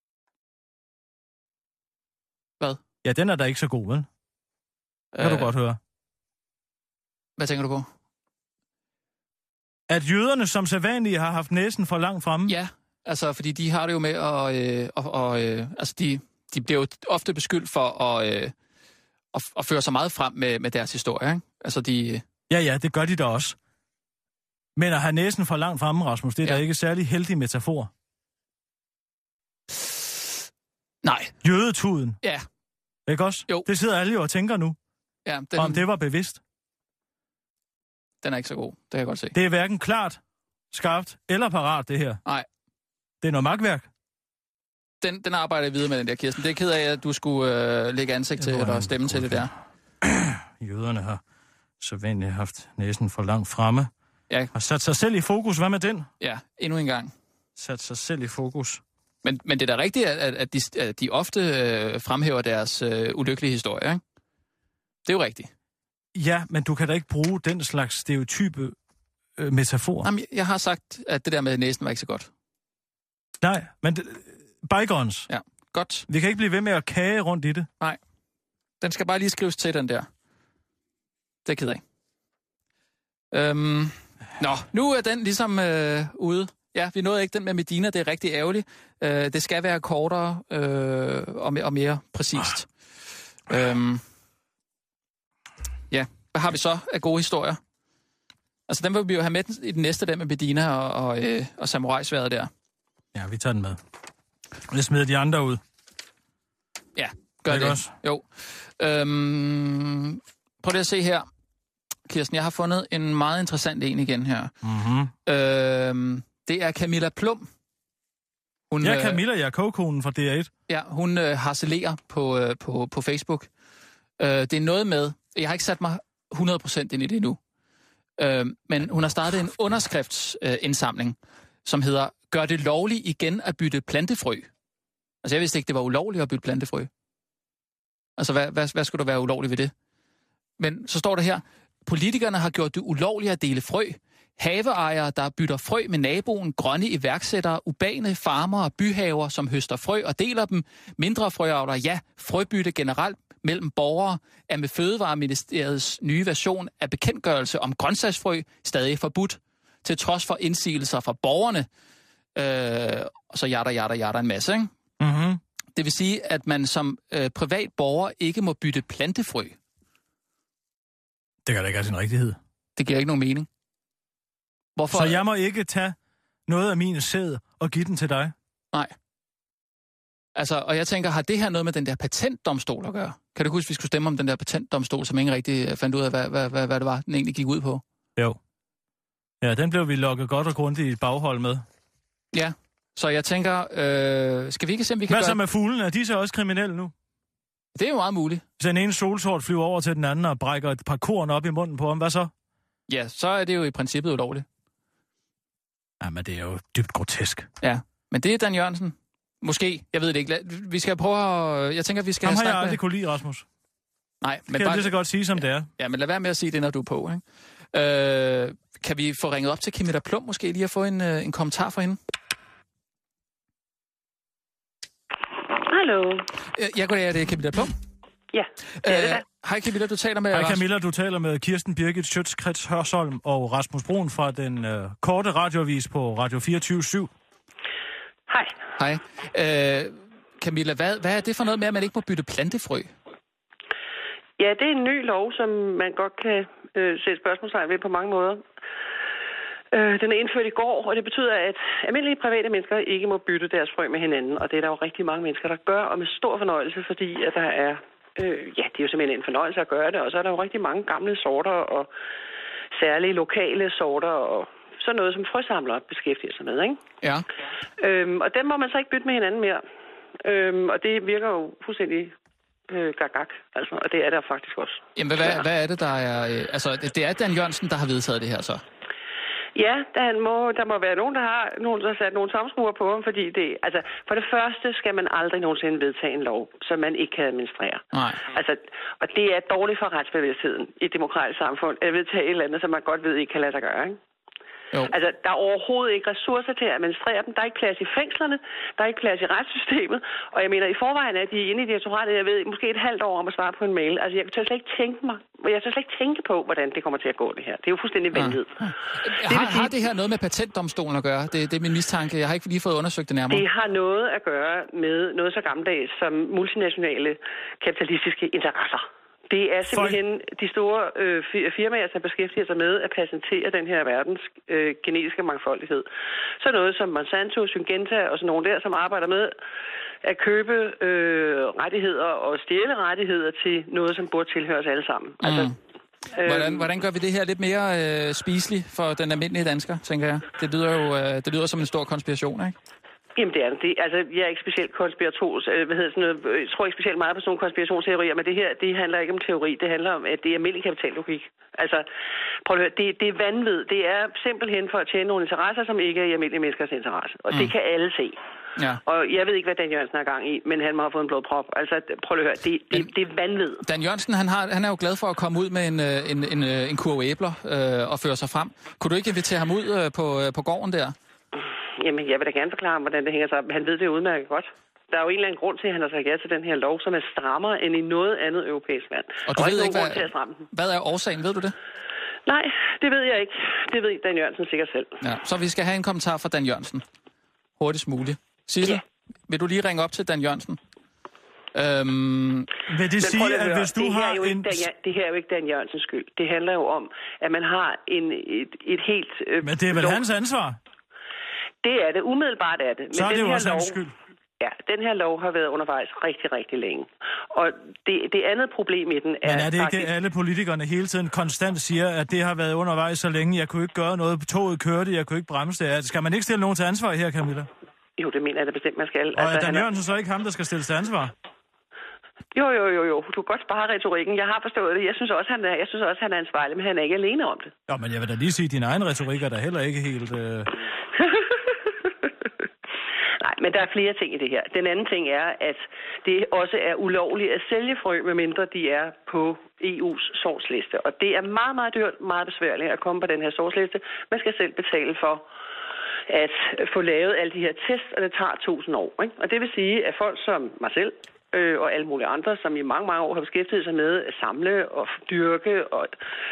Hvad? Ja, den er da ikke så god, vel? Kan du godt høre. Hvad tænker du på? At jøderne som sædvanligt har haft næsen for langt fremme? Ja, altså, fordi de har det jo med altså, de bliver jo ofte beskyldt for at føre sig meget frem med deres historie, ikke? Altså, de... Ja, det gør de da også. Men at have næsen for langt fremme, Rasmus, det er da ikke særlig heldig metafor. Nej. Jødetuden. Ja. Ikke også? Jo. Det sidder alle jo og tænker nu. Ja, om det var bevidst. Den er ikke så god, det kan jeg godt se. Det er hverken klart, skarpt eller parat, det her. Nej. Det er noget magtværk. Den arbejder videre med, den der, Kirsten. Det er ked af, at du skulle lægge ansigt til eller stemme til det der. Jøderne har så venligt haft næsen for langt fremme. Ja. Har sat sig selv i fokus. Hvad med den? Ja, endnu en gang. Sat sig selv i fokus. Men det er da rigtigt, at de ofte fremhæver deres ulykkelige historie, ikke? Det er jo rigtigt. Ja, men du kan da ikke bruge den slags stereotype metafor. Jamen, jeg har sagt, at det der med næsen var ikke så godt. Nej, men bygons. Ja, godt. Vi kan ikke blive ved med at kage rundt i det. Nej. Den skal bare lige skrives til, den der. Det er ked af. Nu er den ligesom ude. Ja, vi nåede ikke den med Medina, det er rigtig ærgerligt. Det skal være kortere og mere præcist. Ja, hvad har vi så af gode historier? Altså, den vil vi jo have med i den næste der med Medina og samurajsværet der. Ja, vi tager den med. Vi smider de andre ud. Ja, gør det. Også? Jo. Prøv lige at se her. Kirsten, jeg har fundet en meget interessant en igen her. Mm-hmm. Det er Camilla Plum. Hun, Camilla, jeg er kogekonen fra DR1. Ja, hun harcelerer på Facebook. Det er noget med... Jeg har ikke sat mig 100% ind i det endnu. Men hun har startet en underskriftsindsamling, som hedder Gør det lovligt igen at bytte plantefrø. Altså, jeg vidste ikke, det var ulovligt at bytte plantefrø. Altså, hvad skulle der være ulovligt ved det? Men så står der her, politikerne har gjort det ulovligt at dele frø. haveejere, der bytter frø med naboen, grønne iværksættere, urbane farmere, byhaver, som høster frø og deler dem, mindre frøavlere, ja, frøbytte generelt mellem borgere, er med Fødevareministeriets nye version af bekendtgørelse om grøntsagsfrø stadig forbudt, til trods for indsigelser fra borgerne. Og så jatter en masse, ikke? Mm-hmm. Det vil sige, at man som privat borger ikke må bytte plantefrø. Det kan da ikke have sin rigtighed. Det giver ikke nogen mening. Hvorfor? Så jeg må ikke tage noget af min sæd og give den til dig? Nej. Altså, og jeg tænker, har det her noget med den der patentdomstol at gøre? Kan du huske, vi skulle stemme om den der patentdomstol, som ingen rigtig fandt ud af, hvad det var, den egentlig gik ud på? Jo. Ja, den blev vi lukket godt og grundigt i baghold med. Ja, så jeg tænker, skal vi ikke se, om vi kan gøre... Hvad så med fuglene? Er de så også kriminelle nu? Det er jo meget muligt. Hvis den ene solsort flyver over til den anden og brækker et par korn op i munden på ham, hvad så? Ja, så er det jo i princippet ulovligt. Jamen, det er jo dybt grotesk. Ja, men det er Dan Jørgensen. Måske, jeg ved det ikke. Vi skal prøve at... Jeg tænker, vi skal... Ham har jeg aldrig kunne lide, Rasmus. Nej, men kan jeg lige så godt sige, som det er. Ja, men lad være med at sige det, når du er på, ikke? Kan vi få ringet op til Camilla Plum, måske lige at få en kommentar fra hende? Hallo. Ja, goddag, det er Camilla Plum. Ja, hej Camilla, du taler med... Hej Camilla, du taler med Kirsten Birgit Schøtz-Krets Hørsholm og Rasmus Brun fra den korte radioavis på Radio 24/7. Hej. Hej. Camilla, hvad er det for noget med, at man ikke må bytte plantefrø? Ja, det er en ny lov, som man godt kan sætte spørgsmålstegn ved på mange måder. Den er indført i går, og det betyder, at almindelige private mennesker ikke må bytte deres frø med hinanden. Og det er der jo rigtig mange mennesker, der gør, og med stor fornøjelse, fordi at der er... det er jo simpelthen en fornøjelse at gøre det. Og så er der jo rigtig mange gamle sorter og særlige lokale sorter og sådan noget, som frøsamlere beskæftiger sig med, ikke? Ja. Og dem må man så ikke bytte med hinanden mere. Og det virker jo fuldstændig gag, altså. Og det er der faktisk også. Jamen, hvad er det, der er... altså, det er Dan Jørgensen, der har vedtaget det her, så? Ja, der må være nogen, der har sat nogle tomskruer på ham, fordi det, altså, for det første skal man aldrig nogensinde vedtage en lov, som man ikke kan administrere. Nej. Altså, og det er dårligt for retsbevidstheden i et demokratisk samfund, at vedtage et eller andet, som man godt ved ikke kan lade sig gøre, ikke? Jo. Altså, der er overhovedet ikke ressourcer til at administrere dem. Der er ikke plads i fængslerne. Der er ikke plads i retssystemet. Og jeg mener, i forvejen er de inde i direktoratet, jeg ved, måske et halvt år om at svare på en mail. Altså, jeg kan slet ikke tænke mig. Jeg kan slet ikke tænke på, hvordan det kommer til at gå, det her. Det er jo fuldstændig vanvittigt. Har det her noget med patentdomstolen at gøre? Det er min mistanke. Jeg har ikke lige fået undersøgt det nærmere. Det har noget at gøre med noget så gammeldags som multinationale kapitalistiske interesser. Det er simpelthen de store firmaer, som beskæftiger sig med at patentere den her verdens genetiske mangfoldighed. Så noget som Monsanto, Syngenta og sådan nogle der, som arbejder med at købe rettigheder og stjæle rettigheder til noget, som burde tilhøre os alle sammen. Altså, hvordan gør vi det her lidt mere spiseligt for den almindelige dansker, tænker jeg? Det lyder som en stor konspiration, ikke? Jamen det er det. Altså, jeg er ikke specielt jeg tror ikke specielt meget på sådan nogle konspirationsteorier, men det her, det handler ikke om teori. Det handler om, at det er almindelig kapitallogik. Altså, prøv at høre, det er vanvid. Det er simpelthen for at tjene nogle interesser, som ikke er i almindelige menneskers interesse. Og det kan alle se. Ja. Og jeg ved ikke, hvad Dan Jørgensen har gang i, men han må have fået en blodprop. Altså, prøv at høre, det er vanvid. Dan Jørgensen, han er jo glad for at komme ud med en kurv æbler og føre sig frem. Kunne du ikke invitere ham ud på gården der? Jamen, jeg vil da gerne forklare ham, hvordan det hænger sammen. Han ved det udmærket godt. Der er jo en eller anden grund til, at han har sagt ja til den her lov, som er strammere end i noget andet europæisk land. Og du ved ikke, hvad er årsagen? Ved du det? Nej, det ved jeg ikke. Det ved Dan Jørgensen sikkert selv. Ja, så vi skal have en kommentar fra Dan Jørgensen. Hurtigst muligt. Sisse, vil du lige ringe op til Dan Jørgensen? Vil det sige, at hvis du har en... Det her er jo ikke Dan Jørgensens skyld. Det handler jo om, at man har et helt... Men det er vel hans ansvar? Det er det. Umiddelbart er det. Men så er det jo også hans skyld. Ja, den her lov har været undervejs rigtig, rigtig længe. Og det andet problem i den er... Men er det ikke alle politikerne hele tiden konstant siger, at det har været undervejs så længe, jeg kunne ikke gøre noget, toget kørte, jeg kunne ikke bremse det. Skal man ikke stille nogen til ansvar her, Camilla? Jo, det mener jeg da bestemt, man skal. Og er Dan Jørgensen så ikke ham, der skal stilles til ansvar? Jo. Du kan godt spare retorikken. Jeg har forstået det. Jeg synes også, han er ansvarlig, men han er ikke alene om det. Jo, men jeg vil da lige sige, at din egen retorik er da heller ikke helt... Nej, men der er flere ting i det her. Den anden ting er, at det også er ulovligt at sælge frø, medmindre de er på EU's sortsliste. Og det er meget, meget dyrt, meget besværligt at komme på den her sortsliste. Man skal selv betale for at få lavet alle de her tests, og det tager 1000 år. Ikke? Og det vil sige, at folk som mig selv og alle mulige andre, som i mange, mange år har beskæftiget sig med at samle og dyrke og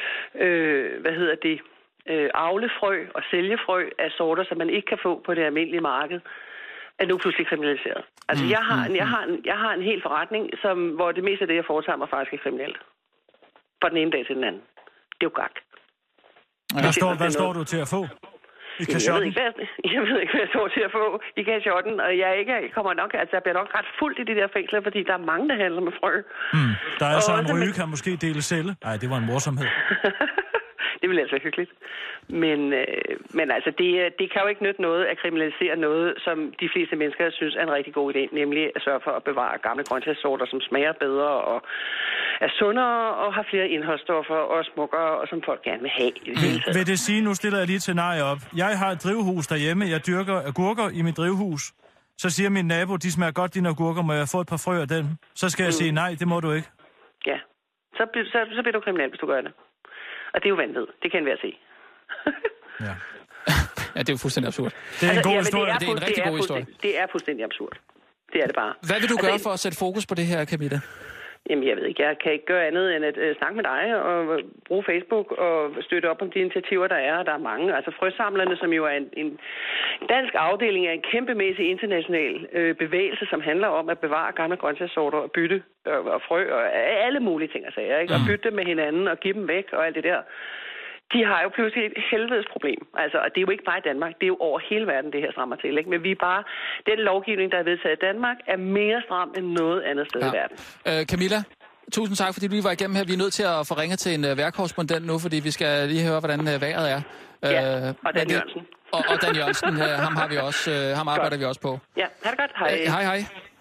avle frø og sælge frø af sorter, som man ikke kan få på det almindelige marked, er nu pludselig kriminaliseret. Altså, jeg har en hel forretning, hvor det meste af det, jeg foretager mig, faktisk er kriminelt. Fra den ene dag til den anden. Det er jo gak. Hvad står du til at få? Jeg ved ikke, hvad jeg står til at få i kashotten, og jeg bliver nok ret fuldt i de der fængsler, fordi der er mange, der handler med frø. Der er så en ryge, kan måske dele celle. Nej, det var en morsomhed. Det ville altså være hyggeligt. Men altså, det kan jo ikke nytte noget at kriminalisere noget, som de fleste mennesker synes er en rigtig god idé, nemlig at sørge for at bevare gamle grøntsagssorter, som smager bedre og er sundere og har flere indholdsstoffer og smukkere, og som folk gerne vil have i det hele taget. Vil det sige, nu stiller jeg lige et scenarie op. Jeg har et drivhus derhjemme, jeg dyrker agurker i mit drivhus. Så siger min nabo, de smager godt dine agurker, må jeg få et par frø af dem? Så skal jeg sige, nej, det må du ikke. Ja, så bliver du kriminel, hvis du gør det. Og det er jo vanvid. Det kan enhver se. Ja. Ja, det er jo fuldstændig absurd. Det er en god historie. Det er en rigtig god historie. Det er fuldstændig absurd. Det er det bare. Hvad vil du gøre for at sætte fokus på det her, Camilla? Jamen, jeg ved ikke. Jeg kan ikke gøre andet end at snakke med dig og bruge Facebook og støtte op om de initiativer, der er. Der er mange. Altså frøsamlerne, som jo er en dansk afdeling af en kæmpemæssig international bevægelse, som handler om at bevare gamle grøntsagssorter og bytte og frø og alle mulige ting og sager, ikke? Og bytte dem med hinanden og give dem væk og alt det der. De har jo pludselig et helvedes problem. Altså, og det er jo ikke bare i Danmark, det er jo over hele verden, det her strammer til. Ikke? Men den lovgivning, der er vedtaget i Danmark, er mere stram end noget andet sted i verden. Camilla, tusind tak, fordi du lige var igennem her. Vi er nødt til at få ringet til en vejrkorrespondent nu, fordi vi skal lige høre, hvordan vejret er. Ja, og Dan Jørgensen. Og Dan Jørgensen, ham har vi også, ham arbejder vi også på. Ja, ha' det godt. Hej. Hej.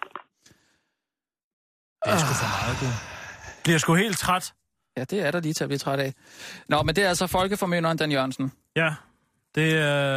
Det er sgu for meget, du. Bliver sgu helt træt. Ja, det er der lige til at blive træt af. Nå, men det er altså folkeformynderen Dan Jørgensen. Ja, det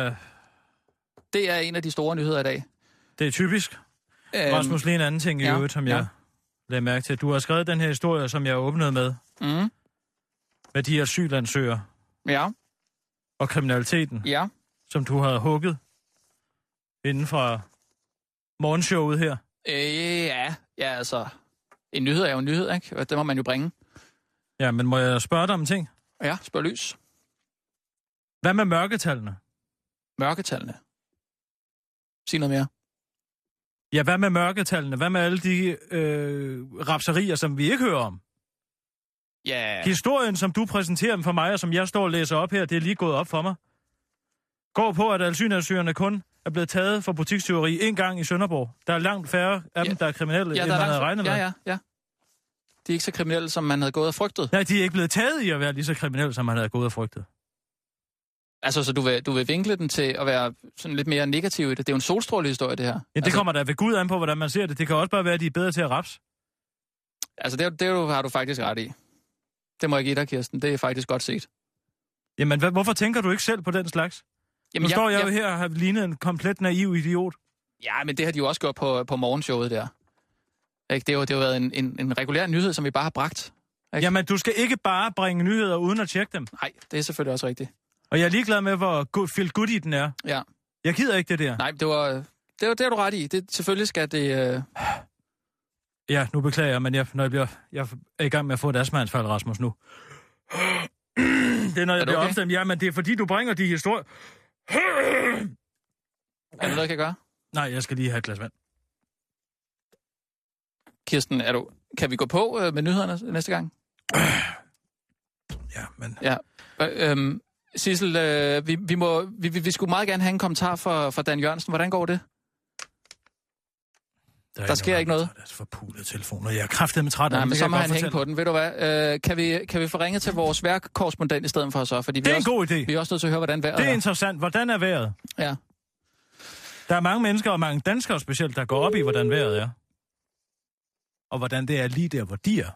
er en af de store nyheder i dag. Det er typisk. Rasmus, lige en anden ting i øvrigt, som jeg lagde mærke til. Du har skrevet den her historie, som jeg åbnede med. Med de asylansøgere. Ja. Og kriminaliteten. Ja. Som du har hugget inden fra morgenshowet her. Ja, altså. En nyhed er jo en nyhed, ikke? Det må man jo bringe. Ja, men må jeg spørge dig om ting? Ja, spørg lys. Hvad med mørketallene? Mørketallene? Sig noget mere. Ja, hvad med mørketallene? Hvad med alle de rapserier, som vi ikke hører om? Ja. Historien, som du præsenterer for mig, og som jeg står og læser op her, det er lige gået op for mig. Går på, at asylansøgerne kun er blevet taget for butikstyveri en gang i Sønderborg. Der er langt færre af dem, der er kriminelle, end man havde regnet med. Ja. De er ikke så kriminelle, som man havde gået og frygtet. Nej, de er ikke blevet taget i at være lige så kriminelle, som man havde gået og frygtet. Altså, så du vil vinkle den til at være sådan lidt mere negativ i det. Det er jo en solstrålehistorie, det her. Ja, det kommer der ved Gud an på, hvordan man ser det. Det kan også bare være, at de er bedre til at raps. Altså, det har du faktisk ret i. Det må jeg give dig, Kirsten. Det er faktisk godt set. Jamen, hvorfor tænker du ikke selv på den slags? Jamen, nu står jeg jo her og har lignet en komplet naiv idiot. Ja, men det har de jo også gjort på morgenshowet der. Ikke? Det har jo været en regulær nyhed, som vi bare har bragt. Ikke? Jamen, du skal ikke bare bringe nyheder uden at tjekke dem. Nej, det er selvfølgelig også rigtigt. Og jeg er ligeglad med, hvor feel good i den er. Ja. Jeg gider ikke det der. Nej, det er du ret i. Selvfølgelig skal det... Ja, nu beklager jeg, men jeg er i gang med at få et astmaanfald, Rasmus, nu. Det er, når jeg bliver opstemt. Ja, men det er fordi, du bringer de historier... Er det noget, jeg kan gøre? Nej, jeg skal lige have et glas vand. Kirsten, kan vi gå på med nyhederne næste gang? Ja, men... Ja. Sissel, vi skulle meget gerne have en kommentar fra Dan Jørgensen. Hvordan går det? Der sker ikke noget. Det er for pulet telefoner. Jeg er kraftedeme træt af. Nej, men så må han hænge på den. Ved du hvad? Kan vi få ringet til vores vejrkorrespondent i stedet for så? Fordi det er en god idé. Vi er også nødt til at høre, hvordan vejret er. Det er interessant. Hvordan er vejret? Ja. Der er mange mennesker, og mange danskere specielt, der går op i, hvordan vejret er. Og hvordan det er lige der, hvor de er.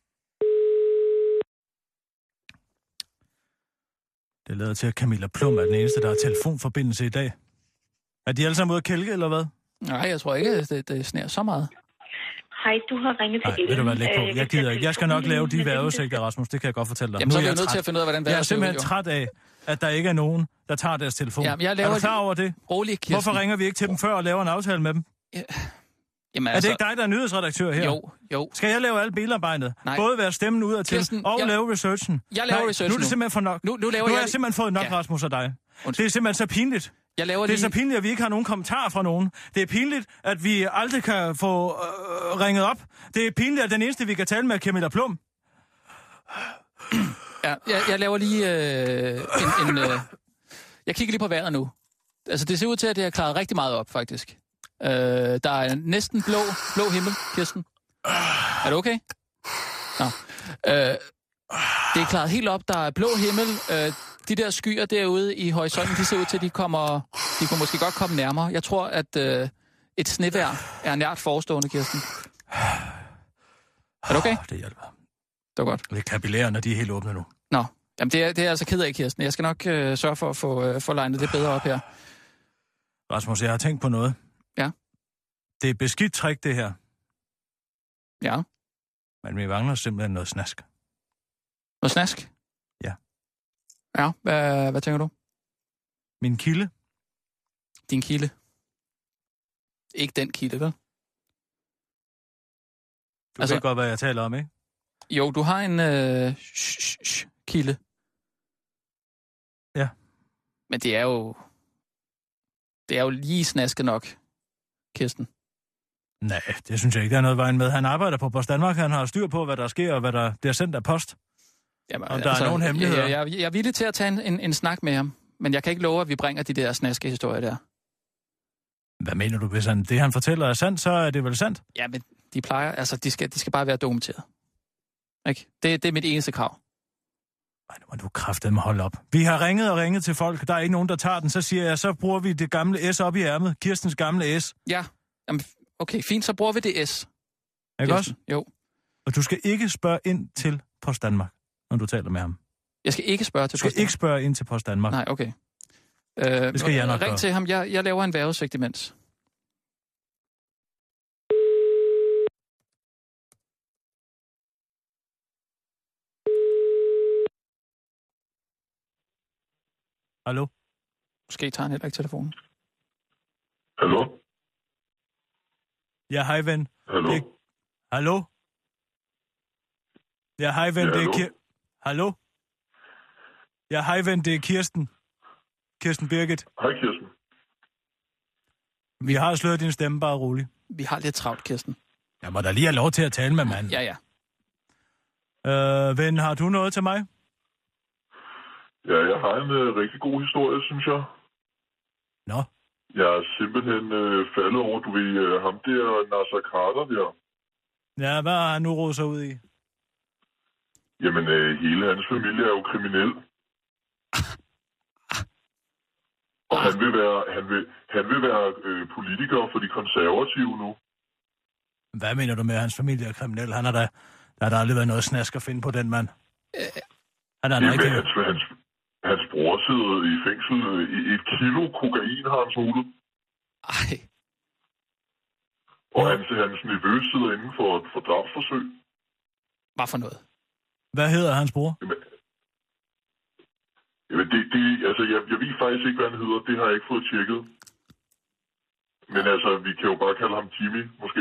Det lader til, at Camilla Plum er den eneste, der har telefonforbindelse i dag. Er de alle sammen ude at kælke, eller hvad? Nej, jeg tror ikke, det sneer så meget. Hej, du har ringet til Ellen. Ved du hvad, læg på. Jeg gider ikke. Jeg skal nok lave de vejrudsigter, Rasmus. Det kan jeg godt fortælle dig. Jamen, så er jeg nødt til at finde ud af, hvordan vejret er simpelthen træt af, at der ikke er nogen, der tager deres telefon. Jamen, jeg laver er du klar over det? Rolig, Kirsten. Hvorfor ringer vi ikke til dem før og laver en aftale med dem? Ja. Jamen, er det ikke dig, der er nyhedsredaktør her? Jo. Skal jeg lave alt bilarbejdet? Nej. Både være stemmen ud af til og lave researchen? Jeg laver researchen nu er det simpelthen for nok. Nu har jeg simpelthen fået nok, Rasmus, af dig. Det er simpelthen så pinligt. Det er så pinligt, at vi ikke har nogen kommentarer fra nogen. Det er pinligt, at vi aldrig kan få ringet op. Det er pinligt, at den eneste, vi kan tale med, er Camilla Plum. Ja, jeg laver lige jeg kigger lige på vejret nu. Altså, det ser ud til, at det har klaret rigtig meget op, faktisk. Der er næsten blå himmel, Kirsten. Er det okay? Nå. Det er klaret helt op. Der er blå himmel. De der skyer derude i horisonten, de ser ud til, at de kunne måske godt komme nærmere. Jeg tror, at et snevejr er nært forestående, Kirsten. Er det okay? Det hjælper. Det var godt. Det er kapillærerne, de er helt åbne nu. Nå, jamen det er jeg altså ked af, Kirsten. Jeg skal nok sørge for at få legnet det bedre op her. Rasmus, jeg har tænkt på noget. Ja. Det er et beskidt trick, det her. Ja. Men vi mangler simpelthen noget snask. Noget snask? Ja. Ja, hvad tænker du? Min kilde. Din kilde? Ikke den kilde, vel? Du ved godt, hvad jeg taler om, ikke? Jo, du har en kilde. Ja. Men det er jo lige snasket nok, Kirsten. Nej, det synes jeg ikke, der er noget vejen med. Han arbejder på Post Danmark, han har styr på, hvad der sker, og hvad der bliver sendt af post. Jamen, om der er nogen hemmeligheder. Jeg er villig til at tage en snak med ham, men jeg kan ikke love, at vi bringer de der snaske-historier der. Hvad mener du, hvis det han fortæller er sandt, så er det vel sandt? Ja, men de plejer, altså de skal bare være dokumenteret. Ikke? Det er mit eneste krav. Ej, nu må du kraftedeme holde op. Vi har ringet til folk, der er ikke nogen, der tager den. Så siger jeg, så bruger vi det gamle S op i ærmet. Kirstens gamle S. Ja, jamen, okay, fint, så bruger vi det S. Ikke også? Jo. Og du skal ikke spørge ind til Post Danmark, når du taler med ham. Jeg skal ikke spørge til Post Danmark? Du skal ikke spørge ind til Post Danmark. Nej, okay. Det skal jeg nok ring gøre. til ham, jeg laver en vejrudsigt imens. Hallo? Måske tager han heller ikke telefonen. Hallo? Ja, hej ven. Hallo? Hallo? Ja, hej ven, det er Hallo? Ja, hej ven, det er Kirsten. Kirsten Birgit. Hej Kirsten. Vi har slået din stemme, bare rolig. Vi har lidt travlt, Kirsten. Jeg må da lige have lov til at tale med manden. Ja. Ven, har du noget til mig? Ja, jeg har en rigtig god historie, synes jeg. Nå? Jeg er simpelthen faldet over, du ved, ham der Nasser Carter der. Ja, hvad har han nu rodet sig ud i? Jamen, hele hans familie er jo kriminel. Og han vil være politiker for de konservative nu. Hvad mener du med, at hans familie er kriminel? Der har aldrig været noget snask at finde på den mand. Han er ikke... Hans bror sidder i fængsel. 1 kilo kokain har han smuglet. Ej. Og hans nevø sidder inden for drabsforsøg. Hvad for noget? Hvad hedder hans bror? Jamen altså, jeg ved faktisk ikke, hvad han hedder. Det har jeg ikke fået tjekket. Men altså, vi kan jo bare kalde ham Jimmy, måske.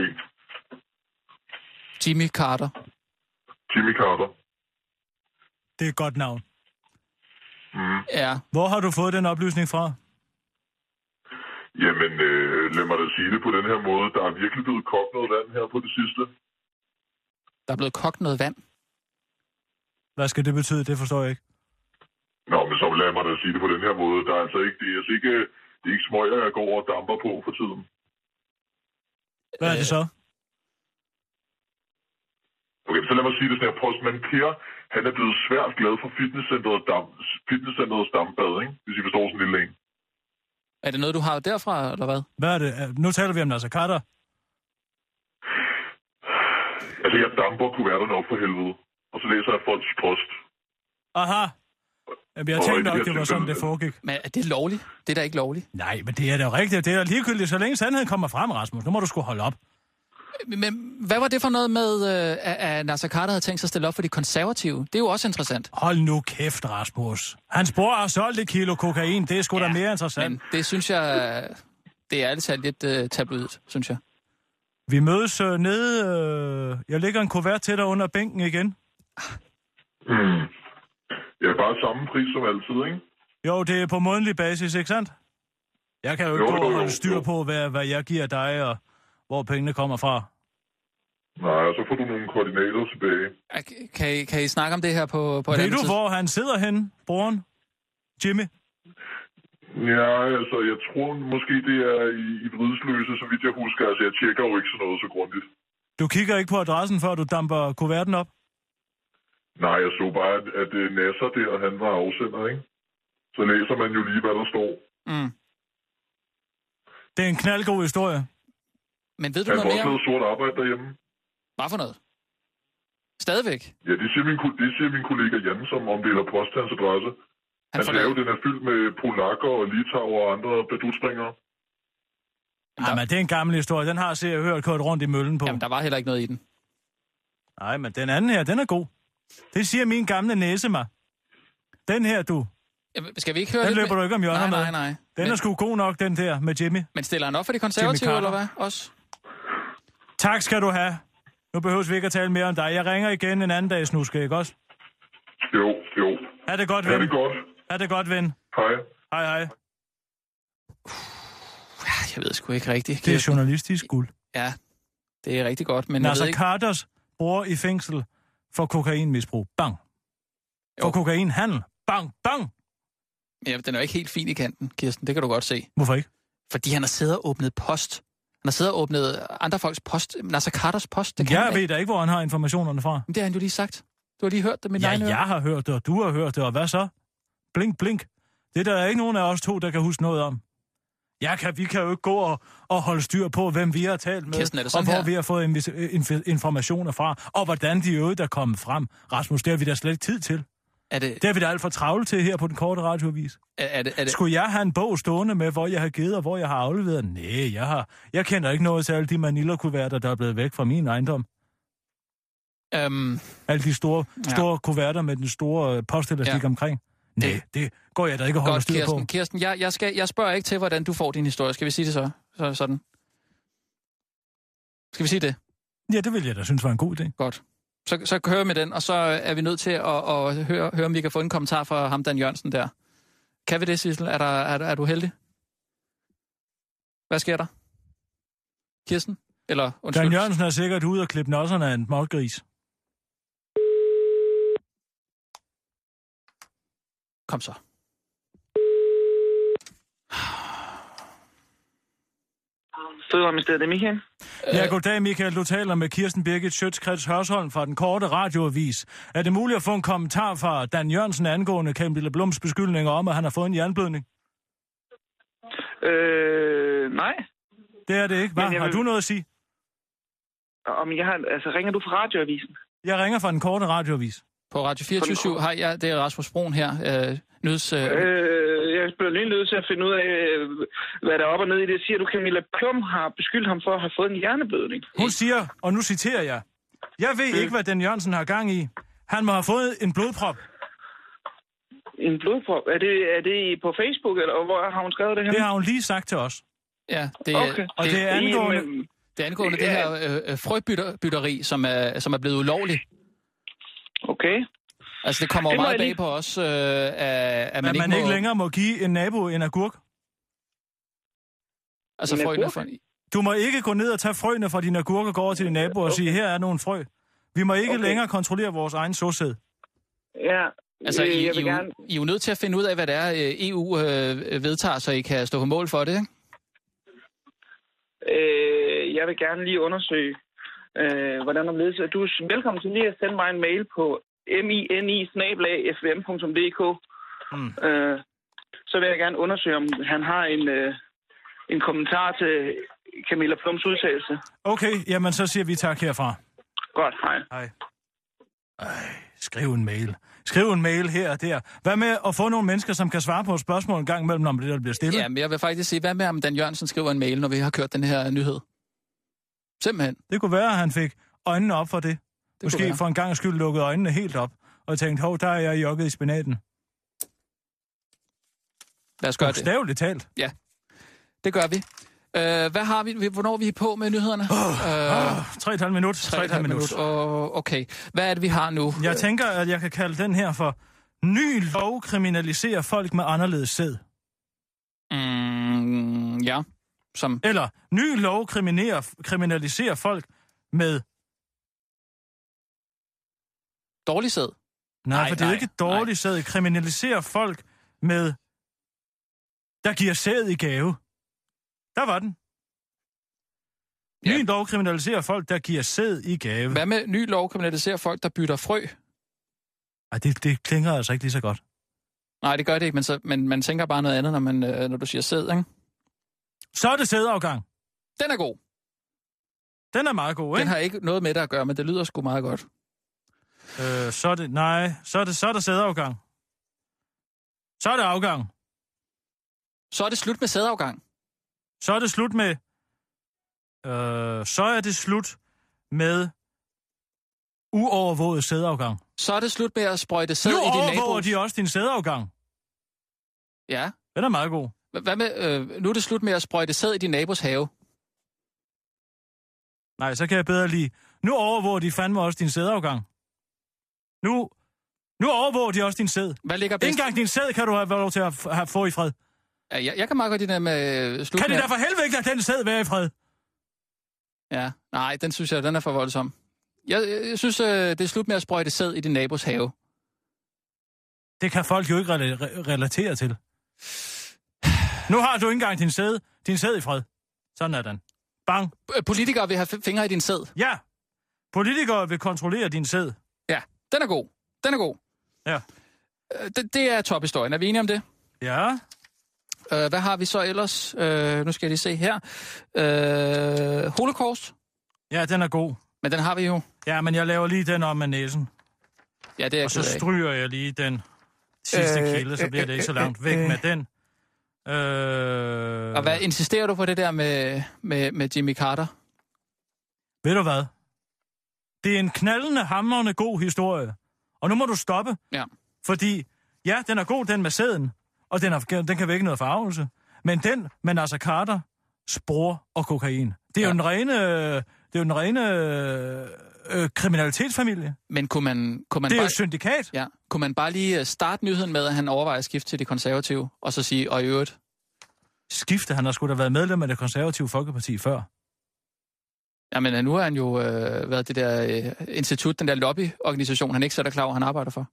Jimmy Carter. Jimmy Carter. Det er et godt navn. Mm. Ja. Hvor har du fået den oplysning fra? Jamen, lad mig da sige det på den her måde. Der er virkelig blevet kogt noget vand her på det sidste. Der er blevet kogt noget vand? Hvad skal det betyde? Det forstår jeg ikke. Nå, men så lad mig da sige det på den her måde. Der er altså ikke, det er ikke smøger, jeg går over og damper på for tiden. Hvad er det så? Okay, så lad mig sige det sådan her. Postmand Per, han er blevet svært glad for fitnesscenterets dampbad, ikke? Hvis I forstår sådan en lille en. Er det noget, du har derfra, eller hvad? Hvad er det? Nu taler vi om Nasser Carter. Altså, jeg damper kuverterne op for helvede. Og så læser jeg folks post. Aha. Jamen, jeg tænkte nok, det var sådan, det foregik. Men er det lovligt? Det er da ikke lovligt. Nej, men det er da jo rigtigt. Det er da ligegyldigt, så længe sandheden kommer frem, Rasmus. Nu må du sgu holde op. Men hvad var det for noget med, at Naser Khader havde tænkt sig at stille op for de konservative? Det er jo også interessant. Hold nu kæft, Rasmus. Hans bror har solgt et kilo kokain. Det er sgu da mere interessant. Men det synes jeg, det er ærligt talt lidt tabloidt, synes jeg. Vi mødes nede. Jeg lægger en kuvert til dig under bænken igen. Ja, bare samme pris som altid, ikke? Jo, det er på månedlig basis, ikke sandt? Jeg kan jo ikke gå og holde styr på, hvad jeg giver dig, og hvor pengene kommer fra. Nej, så får du nogle koordinater tilbage. Kan I snakke om det her på et andet tidspunkt? Ved du, hvor han sidder henne, broren? Jimmy? Ja, altså, jeg tror måske, det er i Vridsløse, så vidt jeg husker. Altså, jeg tjekker jo ikke sådan noget så grundigt. Du kigger ikke på adressen, før du damper kuverten op? Nej, jeg så bare, at Nasser der, han var afsender, ikke? Så læser man jo lige, hvad der står. Mm. Det er en knaldgod historie. Men ved du noget mere? Han får også noget sort arbejde derhjemme. Hvad for noget? Stadigvæk? Ja, det siger min kollega Jan, som omdeler post til hans adresse. Han sagde jo, den er fyldt med polakker og litauer og andre badutspringere. Nej, men det er en gammel historie. Den har jeg hørt kørt rundt i møllen på. Jamen, der var heller ikke noget i den. Nej, men den anden her, den er god. Det siger min gamle næse mig. Den her, du. Jamen, skal vi ikke høre den løber du ikke om hjørner med. Nej. Den er sgu god nok, den der med Jimmy. Men stiller han op for de konservative, eller hvad? Også? Tak skal du have. Nu behøves vi ikke at tale mere om dig. Jeg ringer igen en anden dag, Snuske, ikke også? Jo. Ha' det godt, ven. Ha' det godt, ven. Hej. Hej. Jeg ved sgu ikke rigtigt. Det er journalistisk guld. Ja, det er rigtig godt, men Naser Khaders bror i fængsel for kokainmisbrug. Bang. For kokainhandel. Bang. Ja, den er jo ikke helt fin i kanten, Kirsten. Det kan du godt se. Hvorfor ikke? Fordi han har siddet og åbnet post. Han har siddet og åbnet andre folks post. Naser Khaders post. Jeg ved da ikke, hvor han har informationerne fra. Men det har han jo lige sagt. Du har lige hørt det med Ja, jeg har hørt det, og du har hørt det, og hvad så? Blink. Det der er ikke nogen af os to, der kan huske noget om. Vi kan jo ikke gå og holde styr på, hvem vi har talt med, Kirsten, og hvor vi har fået informationer fra, og hvordan de øvrigt er kommet frem. Rasmus, det har vi da slet ikke tid til. Det er vi da alt for travlt til her på den korte radioavis. Er det? Skulle jeg have en bog stående med, hvor jeg har givet og hvor jeg har afleveret? Nej, jeg kender ikke noget til alle de Manila-kuverter, der er blevet væk fra min ejendom. Alle de store kuverter med den store postelastik omkring. Nej, det går jeg da ikke at holde styr på. Kirsten, jeg spørger ikke til, hvordan du får din historie. Skal vi sige det så? Sådan. Skal vi sige det? Ja, det vil jeg da synes var en god idé. Godt. Så kører vi med den, og så er vi nødt til at høre, om vi kan få en kommentar fra ham, Dan Jørgensen der. Kan vi det, Sissel? Er du heldig? Hvad sker der? Kirsten? Eller undskyld? Dan Jørgensen er sikkert ude og klippe nosserne af en målgris. Kom så. Fødevareministeriet, det er Michael. Ja, goddag Michael. Du taler med Kirsten Birgit Schøtz-Krets Hørsholm fra den korte radioavis. Er det muligt at få en kommentar fra Dan Jørgensen angående Camilla Blums beskyldninger om, at han har fået en jernblødning? Nej. Det er det ikke, hva'? Har du noget at sige? Ringer du fra radioavisen? Jeg ringer fra den korte radioavis. På Radio 24/7 har jeg, det er Rasmus Broen her, Jeg bliver lige nødt til at finde ud af, hvad der er op og ned i det. Siger du, Camilla Plum har beskyldt ham for at have fået en hjerneblødning? Hun siger, og nu citerer jeg, jeg ved ikke, hvad Dan Jørgensen har gang i. Han må have fået en blodprop. En blodprop? Er det på Facebook, eller hvor har hun skrevet det her? Det har hun lige sagt til os. Ja, og det er angående det her frøbytteri, som er blevet ulovligt. Okay. Altså, det kommer jo meget bag på os, at man ikke længere må give en nabo en agurk. Altså frøene for... Du må ikke gå ned og tage frøene fra dine agurker, gå over til din nabo og sige, her er nogle frø. Vi må ikke længere kontrollere vores egen såsæd. Ja. Altså, I er jo nødt til at finde ud af, hvad det er, EU vedtager, så I kan stå på mål for det, ikke? Jeg vil gerne lige undersøge, hvordan om ledes. Du er velkommen til lige at sende mig en mail på mini@fvm.dk. Så vil jeg gerne undersøge, om han har en kommentar til Camilla Plums udtalelse. Okay, jamen så siger vi tak herfra. Godt, hej. Hej. Skriv en mail. Skriv en mail her og der. Hvad med at få nogle mennesker, som kan svare på et spørgsmål en gang imellem, når det der bliver stillet? Ja, men jeg vil faktisk sige, hvad med om Dan Jørgensen skriver en mail, når vi har kørt den her nyhed? Simpelthen. Det kunne være, at han fik øjnene op for det. Måske for en gang skyld lukkede øjnene helt op, og tænkte, hov, der er jeg jogget i spinaten. Lad os gøre det. Bogstaveligt talt. Ja, det gør vi. Hvad har vi? Hvornår er vi på med nyhederne? 3,5 minutter. 3,5 minutter. Okay. Hvad er det, vi har nu? Jeg tænker, at jeg kan kalde den her for ny lov kriminaliserer folk med anderledes sæd. Ja. Som... Eller ny lov kriminaliserer folk med... Dårlig sæd? Nej, for det er ikke dårlig sæd. Kriminaliserer folk med... der giver sæd i gave. Der var den. Ny lov kriminaliserer folk, der giver sæd i gave. Hvad med ny lov kriminaliserer folk, der bytter frø? Ej, det klinger altså ikke lige så godt. Nej, det gør det ikke, men man tænker bare noget andet, når du siger sæd, ikke? Så er det sædafgang. Den er god. Den er meget god, ikke? Den har ikke noget med det at gøre, men det lyder sgu meget godt. Så er der sædafgang. Så er det afgang. Så er det slut med sædafgang. Så er det slut med... uovervåget sædafgang. Så er det slut med at sprøjte sæd i din nabos... Nu overvåger de også din sædafgang. Ja. Den er meget god. Hvad med... nu er det slut med at sprøjte sæd i din nabos have. Nej, så kan jeg bedre lide... Nu overvåger de fandme også din sædafgang. Nu overvåger de også din sæd. Hvad ligger bedst? Ikke engang din sæd kan du have lov til at få i fred. Ja, jeg kan meget godt lide det med slut. Kan det da for helvede ikke lade den sæd være i fred? Ja, nej, den synes jeg, den er for voldsom. Jeg synes, det er slut med at sprøjte sæd i din nabos have. Det kan folk jo ikke relatere til. Nu har du ikke engang din sæd i fred. Sådan er den. Bang. Politikere vil have fingre i din sæd. Ja. Politikere vil kontrollere din sæd. Ja, den er god. Den er god. Ja. Det er tophistorien. Er vi enige om det? Ja. Hvad har vi så ellers? Nu skal jeg lige se her. Holocaust. Ja, den er god. Men den har vi jo. Ja, men jeg laver lige den om med næsen. Ja, det er. Og så stryger jeg lige den sidste kilde, så bliver det ikke så langt væk med den. Og hvad insisterer du på det der med Jimmy Carter? Ved du hvad? Det er en knaldende, hamrende god historie. Og nu må du stoppe. Ja. Fordi, ja, den er god, den med sæden. Og den kan vække noget forarvelse. Men den med Nasser Carter, spor og kokain. Det er jo den rene kriminalitetsfamilie. Men kunne man det er bare, jo et syndikat. Ja. Kunne man bare lige starte nyheden med, at han overvejer at skifte til de konservative, og så sige, og i øvrigt? Skifte? Han har sgu da været medlem af det konservative Folkeparti før. Jamen, nu har han jo været det der institut, den der lobbyorganisation, han ikke selv er klar over, han arbejder for.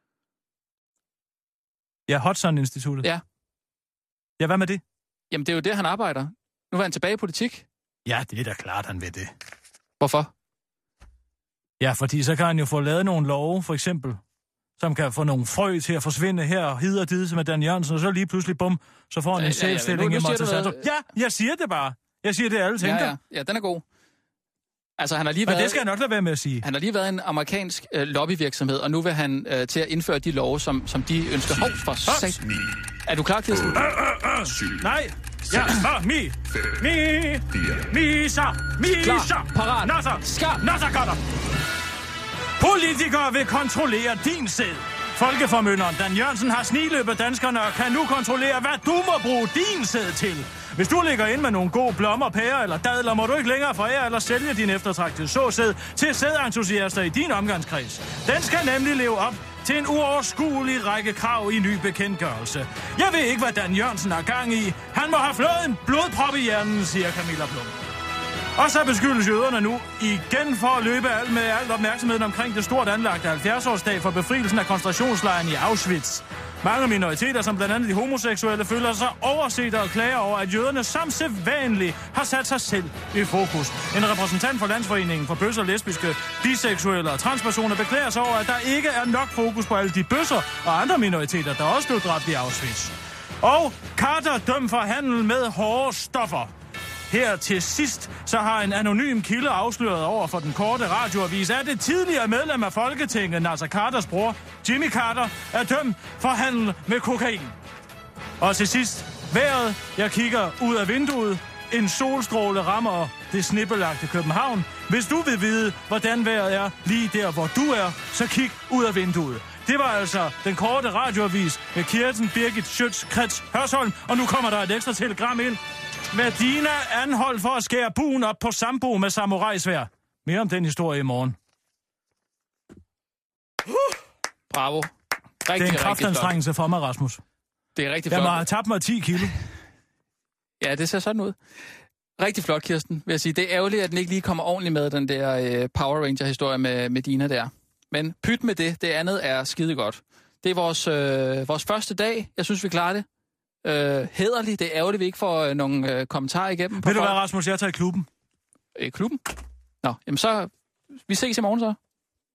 Ja, Hudson-instituttet. Ja. Ja, hvad med det? Jamen, det er jo det, han arbejder. Nu er han tilbage i politik. Ja, det er da klart, han ved det. Hvorfor? Ja, fordi så kan han jo få lavet nogle love, for eksempel, som kan få nogle frø til at forsvinde her, og hid og dide med Dan Jørgensen, og så lige pludselig, bum, så får han en selvstilling i Monsanto. Ja, jeg siger det bare. Jeg siger det, alle tænker. Ja, den er god. Altså, han har lige været... Men det skal jeg nok lade være med at sige. Han har lige været en amerikansk lobbyvirksomhed, og nu vil han til at indføre de love, som de ønsker. Hov, for sat. Er du klar, Kirsten? Nej. Ja, Misa. Klar, parat. Nasser Carter. Politikere vil kontrollere din sæd. Folkeformynderen Dan Jørgensen har snigløbet danskerne og kan nu kontrollere, hvad du må bruge din sæd til. Hvis du ligger ind med nogle gode blommer, pærer eller dadler, må du ikke længere forære eller sælge din eftertragtede såsæd til sædentusiaster i din omgangskreds. Den skal nemlig leve op til en uoverskuelig række krav i ny bekendtgørelse. Jeg ved ikke, hvad Dan Jørgensen har gang i. Han må have flået en blodprop i hjernen, siger Camilla Plum. Og så beskyldes jøderne nu igen for at løbe med alt opmærksomheden omkring det stort anlagte 70-årsdag for befrielsen af koncentrationslejren i Auschwitz. Mange minoriteter, som blandt andet de homoseksuelle, føler sig overset og klager over, at jøderne som sædvanligt har sat sig selv i fokus. En repræsentant for Landsforeningen for bøsser, lesbiske, biseksuelle og transpersoner beklager sig over, at der ikke er nok fokus på alle de bøsser og andre minoriteter, der også blev dræbt i Auschwitz. Og Carter dømt for handel med hårde stoffer. her til sidst, så har en anonym kilde afsløret over for den korte radioavis, at det tidligere medlem af Folketinget, Nasser Carters bror, Jimmy Carter, er dømt for handel med kokain. Og til sidst, vejret. Jeg kigger ud af vinduet. En solstråle rammer det snippelagte København. Hvis du vil vide, hvordan vejret er lige der, hvor du er, så kig ud af vinduet. Det var altså den korte radioavis med Kirsten Birgit Schøtz-Krets Hørsholm. Og nu kommer der et ekstra telegram ind. Medina anholdt for at skære buen op på Sambo med samurajsvær. Mere om den historie i morgen. Bravo. Det er en kraftanstrengelse for mig, Rasmus. Det er rigtig flot. Jeg må have tabt mig 10 kilo. Ja, det ser sådan ud. Rigtig flot, Kirsten, vil jeg sige. Det er ærgerligt, at den ikke lige kommer ordentligt med, den der Power Ranger-historie med Dina der. Men pyt med det. Det andet er skide godt. Det er vores første dag. Jeg synes, vi klarer det. Hæderligt. Det er ærgerligt, vi ikke får nogle kommentarer igennem. Ved du hvad, Rasmus? Jeg tager i klubben. Klubben? Nå, jamen så... Vi ses i morgen så.